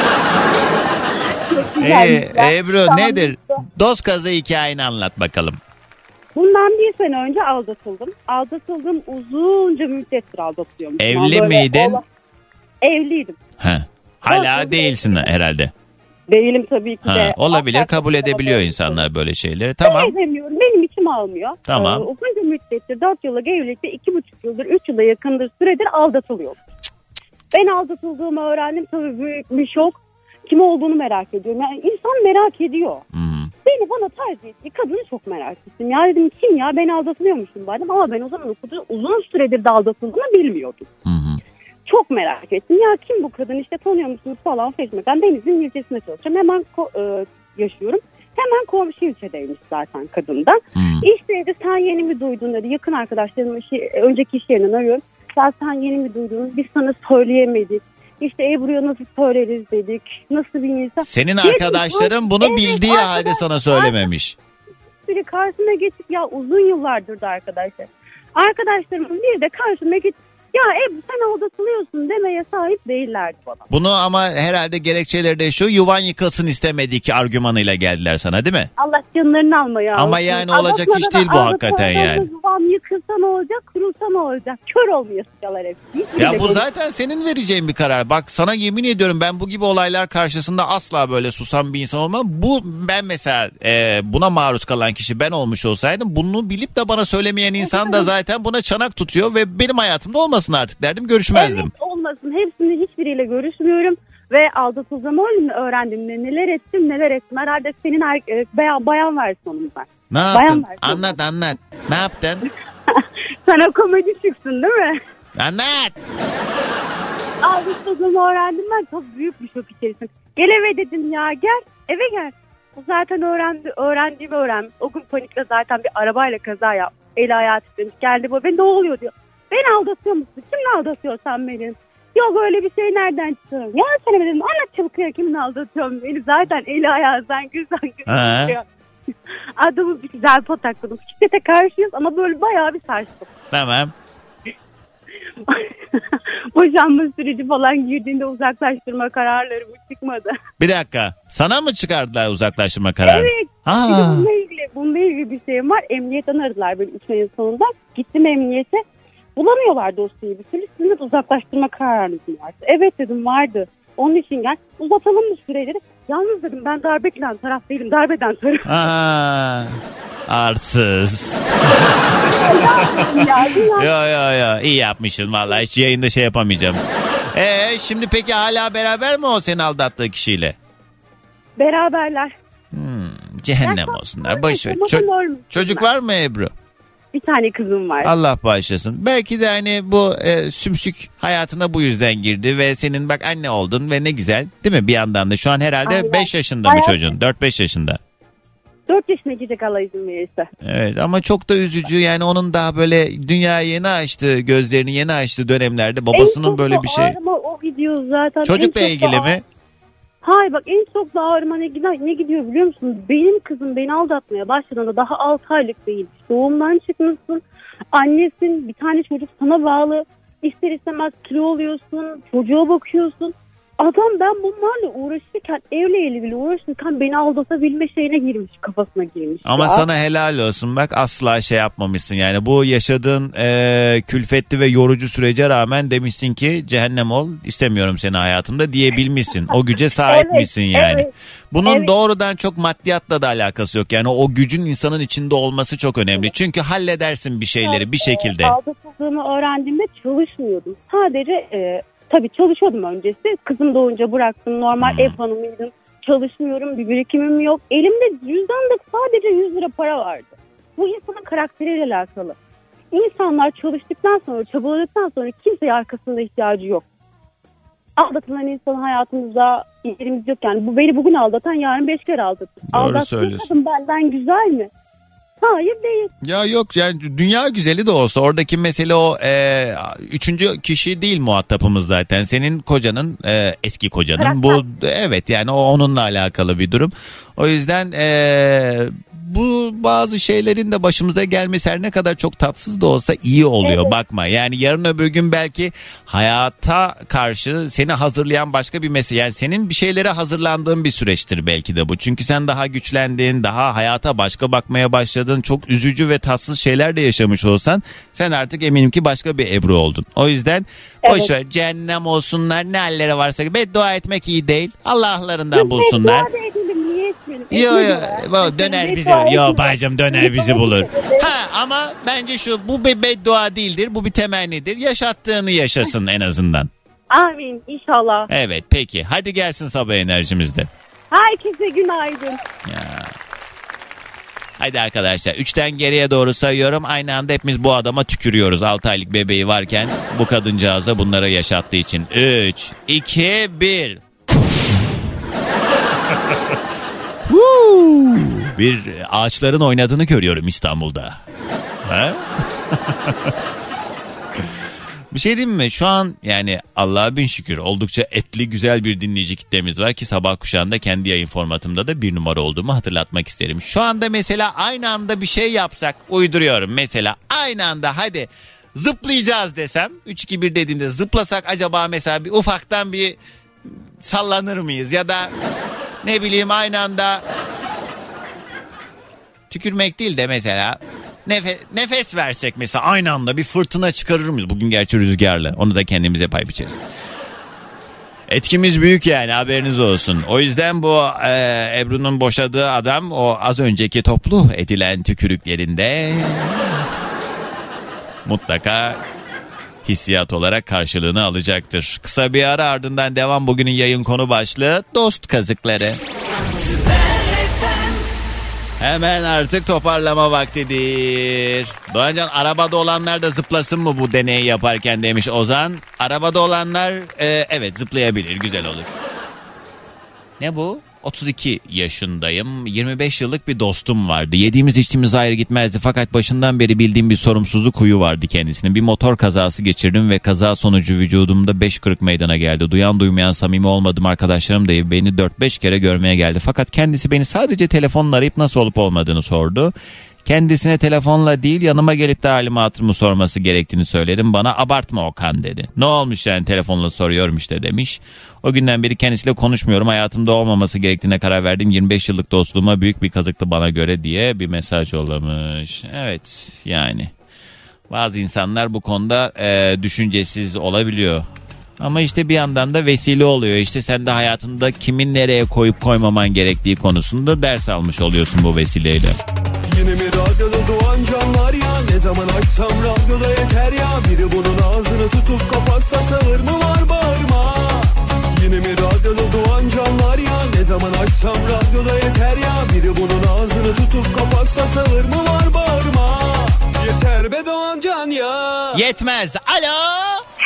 Ebru nedir? Dost kazı hikayeni anlat bakalım. Bundan bir sene önce aldatıldım. Aldatıldığım uzunca müddettir aldatılıyorum. Evli miydin? Evliydim. Hala değilsin herhalde. Değilim tabii ki de. Olabilir, kabul edebiliyor insanlar böyle şeyleri. Tamam. Edemiyorum, benim içim almıyor. Tamam. Uzunca müddettir 4 yıllık evlilikte 2,5 yıldır 3 yıla yakındır süredir aldatılıyorum. Ben aldatıldığımı öğrendim, tabii büyük bir şok. Kim olduğunu merak ediyorum. Yani insan merak ediyor. Beni bana tercih ettiği kadını çok merak ettim. Ya dedim, kim ya, ben aldatılıyormuşum dedim ama ben o zaman uzun süredir de aldatıldığını bilmiyordum. Çok merak ettim. Ya kim bu kadın, işte tanıyor musunuz falan falan. Ben Denizli'nin ilçesinde çalışıyorum. Hemen yaşıyorum. Hemen komşu ilçedeymiş zaten kadın da. İşte dedi, sen yeni mi duydun dedi. Yakın arkadaşlarım önceki iş yerinden arıyorum. Ya sen yeni mi duydun? Biz sana söyleyemedik. İşte Ebru'ya nasıl söyleriz dedik. Nasıl bir insan. Senin arkadaşların bunu bildiği halde sana söylememiş. Biri karşısına geçip, ya uzun yıllardır da arkadaşlar. Arkadaşlarımın biri de karşısına geçip, ya Ebru sen aldatılıyorsun demeye sahip değillerdi bana. Bunu ama herhalde gerekçeleri de şu, yuvan yıkılsın istemediği ki argümanıyla geldiler sana değil mi? Allah canlarını alma ya. Ama yani olacak iş değil bu hakikaten yani. Yuvan yıkılsa ne olacak, kırılsa ne olacak? Kör olmuyor sıcalar hepsi. Ya bu zaten senin vereceğin bir karar. Bak sana yemin ediyorum, ben bu gibi olaylar karşısında asla böyle susan bir insan olmam. Ben mesela buna maruz kalan kişi ben olmuş olsaydım, bunu bilip de bana söylemeyen insan da zaten buna çanak tutuyor ve benim hayatımda olmasın artık derdim, görüşmezdim. Evet, olmasın, hepsini hiçbiriyle görüşmüyorum ve aldatıldığımı öğrendim, neler ettim herhalde senin bayan versiyonun var. Ne yaptın? Anlat. Ne yaptın? Sana komedi çıksın değil mi? Anlat. Aldatıldığımı öğrendim, ben çok büyük bir şok içerisinde. Gel eve dedim, ya gel eve gel. O zaten öğrendiğimi öğrenmiş. O gün panikle zaten bir arabayla kaza yapmış. Eli ayağı titremiş, geldi baba, ne oluyor diyor. Beni aldatıyor musun? Kimle aldatıyorsan beni? Yok öyle bir şey, nereden çıkıyorum? Ya sana dedim, anlat çabuk ya, kimin aldatıyorum beni? Zaten eli ayağı zangır çıkıyor. Adamı bir güzel patakladım. Şiddete karşıyız ama böyle bayağı bir sarstık. Tamam. Boşanma süreci falan girdiğinde uzaklaştırma kararları çıkmadı. Bir dakika. Sana mı çıkardılar uzaklaştırma kararı? Evet. Bununla ilgili bir şey var. Emniyetten aradılar beni 3 ayın sonunda. Gittim emniyete. Bulamıyorlar dosyayı bir türlü. Sizin de uzaklaştırma kararınız mı vardı? Evet dedim, vardı. Onun için gel uzatalım bu süreleri. Yalnız dedim, ben darbe edilen taraf değilim, darbeden taraf. Arsız. Ya iyi yapmışsın vallahi, hiç yayında şey yapamayacağım. Şimdi peki hala beraber mi o seni aldattığı kişiyle? Beraberler. Cehennem olsunlar. Boşver. Çocuk var mı Ebru? Bir tane kızım var. Allah bağışlasın. Belki de hani bu sümsük hayatına bu yüzden girdi ve senin bak anne oldun ve ne güzel değil mi bir yandan da. Şu an herhalde aynen. 5 yaşında mı çocuğun? 4-5 yaşında. 4 yaşına gidecek Allah izin verirse. Evet ama çok da üzücü yani, onun daha böyle dünyayı yeni açtı, gözlerini yeni açtı dönemlerde babasının böyle bir şey. O gidiyor zaten. Çocukla ilgili mi? Hayır bak, en çok da ağrıma ne gidiyor biliyor musun? Benim kızım beni aldatmaya başladığında daha 6 aylık değil. Doğumdan çıkmışsın. Annesin, bir tane çocuk sana bağlı. İster istemez kilo oluyorsun. Çocuğa bakıyorsun. Adam ben bunlarla uğraşırken, evle ilgili uğraşırken beni aldatabilme şeyine girmiş, kafasına girmiş. Ama ya. sana helal olsun bak, asla şey yapmamışsın yani. Bu yaşadığın külfetli ve yorucu sürece rağmen demişsin ki cehennem ol, istemiyorum seni hayatımda diyebilmişsin. O güce sahipmişsin yani. Evet. Bunun doğrudan çok maddiyatla da alakası yok. Yani o gücün insanın içinde olması çok önemli. Çünkü halledersin bir şeyleri bir şekilde. Aldatıldığımı öğrendiğimde çalışmıyordum. Sadece tabii çalışıyordum öncesi. Kızım doğunca bıraktım. Normal ev hanımıydım. Çalışmıyorum. Bir birikimim yok. Elimde cüzdanda sadece 100 lira para vardı. Bu insanın karakteriyle alakalı. İnsanlar çalıştıktan sonra, çabaladıktan sonra kimseye arkasında ihtiyacı yok. Aldatılan insanın hayatımızda yerimiz yok. Yani bu beni bugün aldatan yarın 5 kere aldatır. Doğru söylüyorsun. Kadın benden güzel mi? Hayır değil. Ya yok yani dünya güzeli de olsa oradaki mesele o üçüncü kişi değil muhatapımız zaten. Senin kocanın eski kocanın Karakter. Bu evet yani o onunla alakalı bir durum. O yüzden bu bazı şeylerin de başımıza gelmesi her ne kadar çok tatsız da olsa iyi oluyor. Evet. Bakma yani yarın öbür gün belki hayata karşı seni hazırlayan başka bir mesele. Yani senin bir şeylere hazırlandığın bir süreçtir belki de bu. Çünkü sen daha güçlendin, daha hayata başka bakmaya başladın. Çok üzücü ve tatsız şeyler de yaşamış olsan sen artık eminim ki başka bir Ebru oldun. O yüzden boşver, cehennem olsunlar, ne halleri varsa beddua etmek iyi değil. Allah'larından bulsunlar. Yo döner bizi. Yo bacım döner bizi bulur. Ama bence bu bir beddua değildir. Bu bir temennidir. Yaşattığını yaşasın en azından. Amin inşallah. Evet peki. Hadi gelsin sabah enerjimizde. Herkese günaydın. Ya. Haydi arkadaşlar 3'ten geriye doğru sayıyorum. Aynı anda hepimiz bu adama tükürüyoruz. 6 aylık bebeği varken bu kadıncağıza bunları yaşattığı için. 3, 2, 1. Bir ağaçların oynadığını görüyorum İstanbul'da. Ha? Bir şey diyeyim mi? Şu an yani Allah'a bin şükür oldukça etli güzel bir dinleyici kitlemiz var ki sabah kuşağında kendi yayın formatımda da 1 numara olduğumu hatırlatmak isterim. Şu anda mesela aynı anda bir şey yapsak, uyduruyorum mesela aynı anda hadi zıplayacağız desem 3-2-1 dediğimde zıplasak acaba mesela bir ufaktan bir sallanır mıyız ya da ne bileyim aynı anda tükürmek değil de mesela nefes versek mesela aynı anda bir fırtına çıkarır mıyız? Bugün gerçi rüzgarlı. Onu da kendimize pay biçeriz. Etkimiz büyük yani, haberiniz olsun. O yüzden bu Ebru'nun boşadığı adam o az önceki toplu edilen tükürüklerinde mutlaka hissiyat olarak karşılığını alacaktır. Kısa bir ara ardından devam. Bugünün yayın konu başlığı dost kazıkları. Hemen artık toparlama vaktidir. Doğancan arabada olanlar da zıplasın mı bu deneyi yaparken demiş Ozan. Arabada olanlar evet zıplayabilir, güzel olur. Ne bu? 32 yaşındayım. 25 yıllık bir dostum vardı. Yediğimiz içtiğimiz ayrı gitmezdi. Fakat başından beri bildiğim bir sorumsuzluk huyu vardı kendisine. Bir motor kazası geçirdim ve kaza sonucu vücudumda 5 kırık meydana geldi. Duyan duymayan samimi olmadığım arkadaşlarım da beni 4-5 kere görmeye geldi. Fakat kendisi beni sadece telefonla arayıp nasıl olup olmadığını sordu. Kendisine telefonla değil yanıma gelip de halimi hatırımı sorması gerektiğini söyledim. Bana abartma Okan dedi. Ne olmuş yani telefonla soruyorum işte demiş. O günden beri kendisiyle konuşmuyorum. Hayatımda olmaması gerektiğine karar verdim. 25 yıllık dostluğuma büyük bir kazıktı bana göre diye bir mesaj yollamış. Evet yani bazı insanlar bu konuda düşüncesiz olabiliyor. Ama işte bir yandan da vesile oluyor. İşte sen de hayatında kimin nereye koyup koymaman gerektiği konusunda ders almış oluyorsun bu vesileyle. Yine mi radyoda doğan canlar ya? Ne zaman açsam radyoda yeter ya. Biri bunun ağzını tutup kapatsa sağır mı var bağırma. Yine mi radyoda doğan canlar ya? Ne zaman açsam radyoda yeter ya. Biri bunun ağzını tutup kapatsa sağır mı var bağırma. Yeter be doğan can ya. Yetmez. Alo.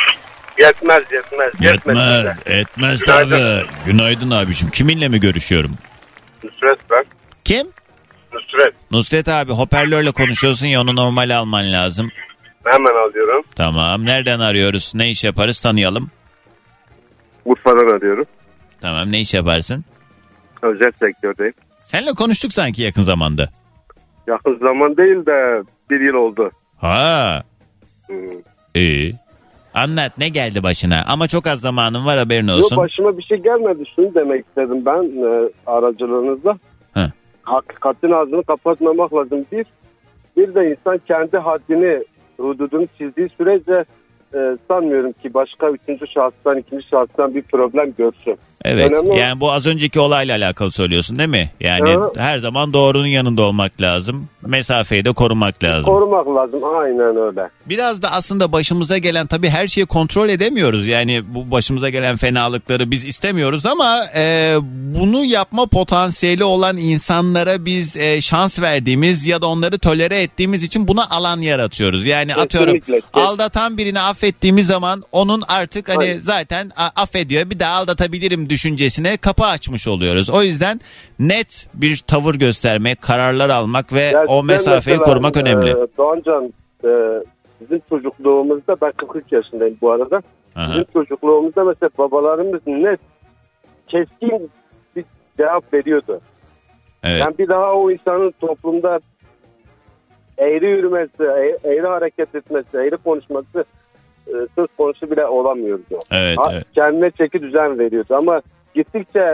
Etmez tabii. Günaydın abiciğim. Kiminle mi görüşüyorum? Nusret ben. Kim? Nusret abi, hoparlörle konuşuyorsun ya, onu normal alman lazım. Hemen alıyorum. Tamam, nereden arıyoruz? Ne iş yaparız, tanıyalım. Urfa'dan arıyorum. Tamam, ne iş yaparsın? Özel sektördeyim. Seninle konuştuk sanki yakın zamanda. Yakın zaman değil de 1 yıl oldu. Ha. İyi. Anlat, ne geldi başına? Ama çok az zamanın var, haberin olsun. Yok, başıma bir şey gelmedi. Şunu demek istedim ben aracılığınızla. Hakikatin ağzını kapatmamak lazım. Bir de insan kendi haddini, hududunu çizdiği sürece sanmıyorum ki başka üçüncü şahıstan, ikinci şahıstan bir problem görsün. Evet, yani bu az önceki olayla alakalı söylüyorsun değil mi? Yani her zaman doğrunun yanında olmak lazım. Mesafeyi de korumak lazım. Korumak lazım, aynen öyle. Biraz da aslında başımıza gelen, tabii her şeyi kontrol edemiyoruz. Yani bu başımıza gelen fenalıkları biz istemiyoruz ama bunu yapma potansiyeli olan insanlara biz şans verdiğimiz ya da onları tolere ettiğimiz için buna alan yaratıyoruz. Yani atıyorum, aldatan birini affettiğimiz zaman onun artık hani zaten affediyor, bir daha aldatabilirim düşüncesine kapı açmış oluyoruz. O yüzden net bir tavır göstermek, kararlar almak ve o mesafeyi korumak önemli. Doğancan, bizim çocukluğumuzda, ben 43 yaşındayım bu arada. Bizim çocukluğumuzda mesela babalarımız net, keskin bir cevap veriyordu. Evet. Yani bir daha o insanın toplumda eğri yürümesi, eğri hareket etmesi, eğri konuşması söz konusu bile olamıyordu. Evet. Kendine çeki düzen veriyordu ama gittikçe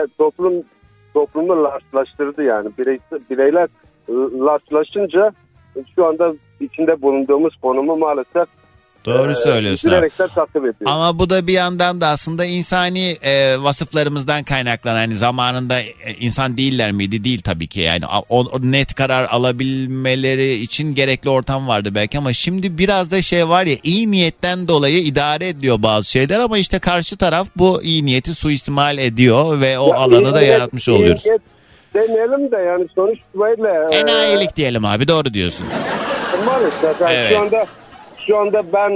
toplumu larçlaştırdı yani. Bireyler larçlaşınca şu anda içinde bulunduğumuz konumu maalesef doğru söylüyorsun. Takip ediyor. Ama bu da bir yandan da aslında insani vasıflarımızdan kaynaklanan, hani zamanında insan değiller miydi? Değil tabii ki. Yani o net karar alabilmeleri için gerekli ortam vardı belki ama şimdi biraz da şey var ya, iyi niyetten dolayı idare ediyor bazı şeyler ama işte karşı taraf bu iyi niyeti suistimal ediyor ve o alanı da yaratmış oluyoruz. Deneyelim de yani sonuç böyle. Enayilik diyelim abi, doğru diyorsun. Maalesef yani evet. Şu anda ben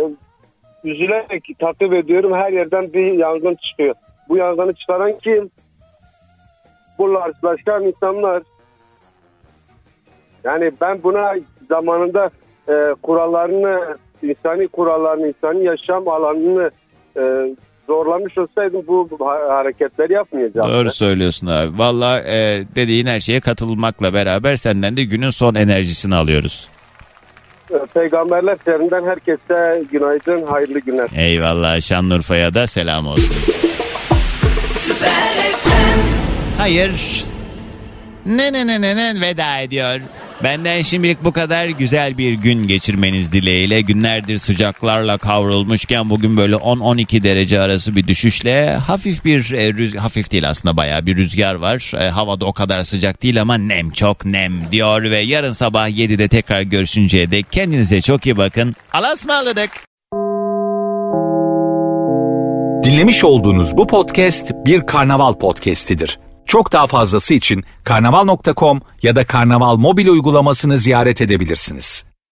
üzülerek takip ediyorum. Her yerden bir yangın çıkıyor. Bu yangını çıkaran kim? Bu larçlaşan insanlar. Yani ben buna zamanında kurallarını, insani yaşam alanını zorlamış olsaydım bu hareketleri yapmayacaktım. Doğru söylüyorsun abi. Vallahi dediğin her şeye katılmakla beraber senden de günün son enerjisini alıyoruz. Peygamberler şerrinden herkese günaydın, hayırlı günler. Eyvallah, Şanlıurfa'ya da selam olsun. Hayır. Ne veda ediyor. Benden şimdilik bu kadar. Güzel bir gün geçirmeniz dileğiyle. Günlerdir sıcaklarla kavrulmuşken bugün böyle 10-12 derece arası bir düşüşle hafif bir hafif değil aslında, bayağı bir rüzgar var. Havada o kadar sıcak değil ama nem, çok nem diyor ve yarın sabah 7'de tekrar görüşünceye dek kendinize çok iyi bakın. Allah'a ısmarladık. Dinlemiş olduğunuz bu podcast bir Karnaval podcastidir. Çok daha fazlası için karnaval.com ya da Karnaval mobil uygulamasını ziyaret edebilirsiniz.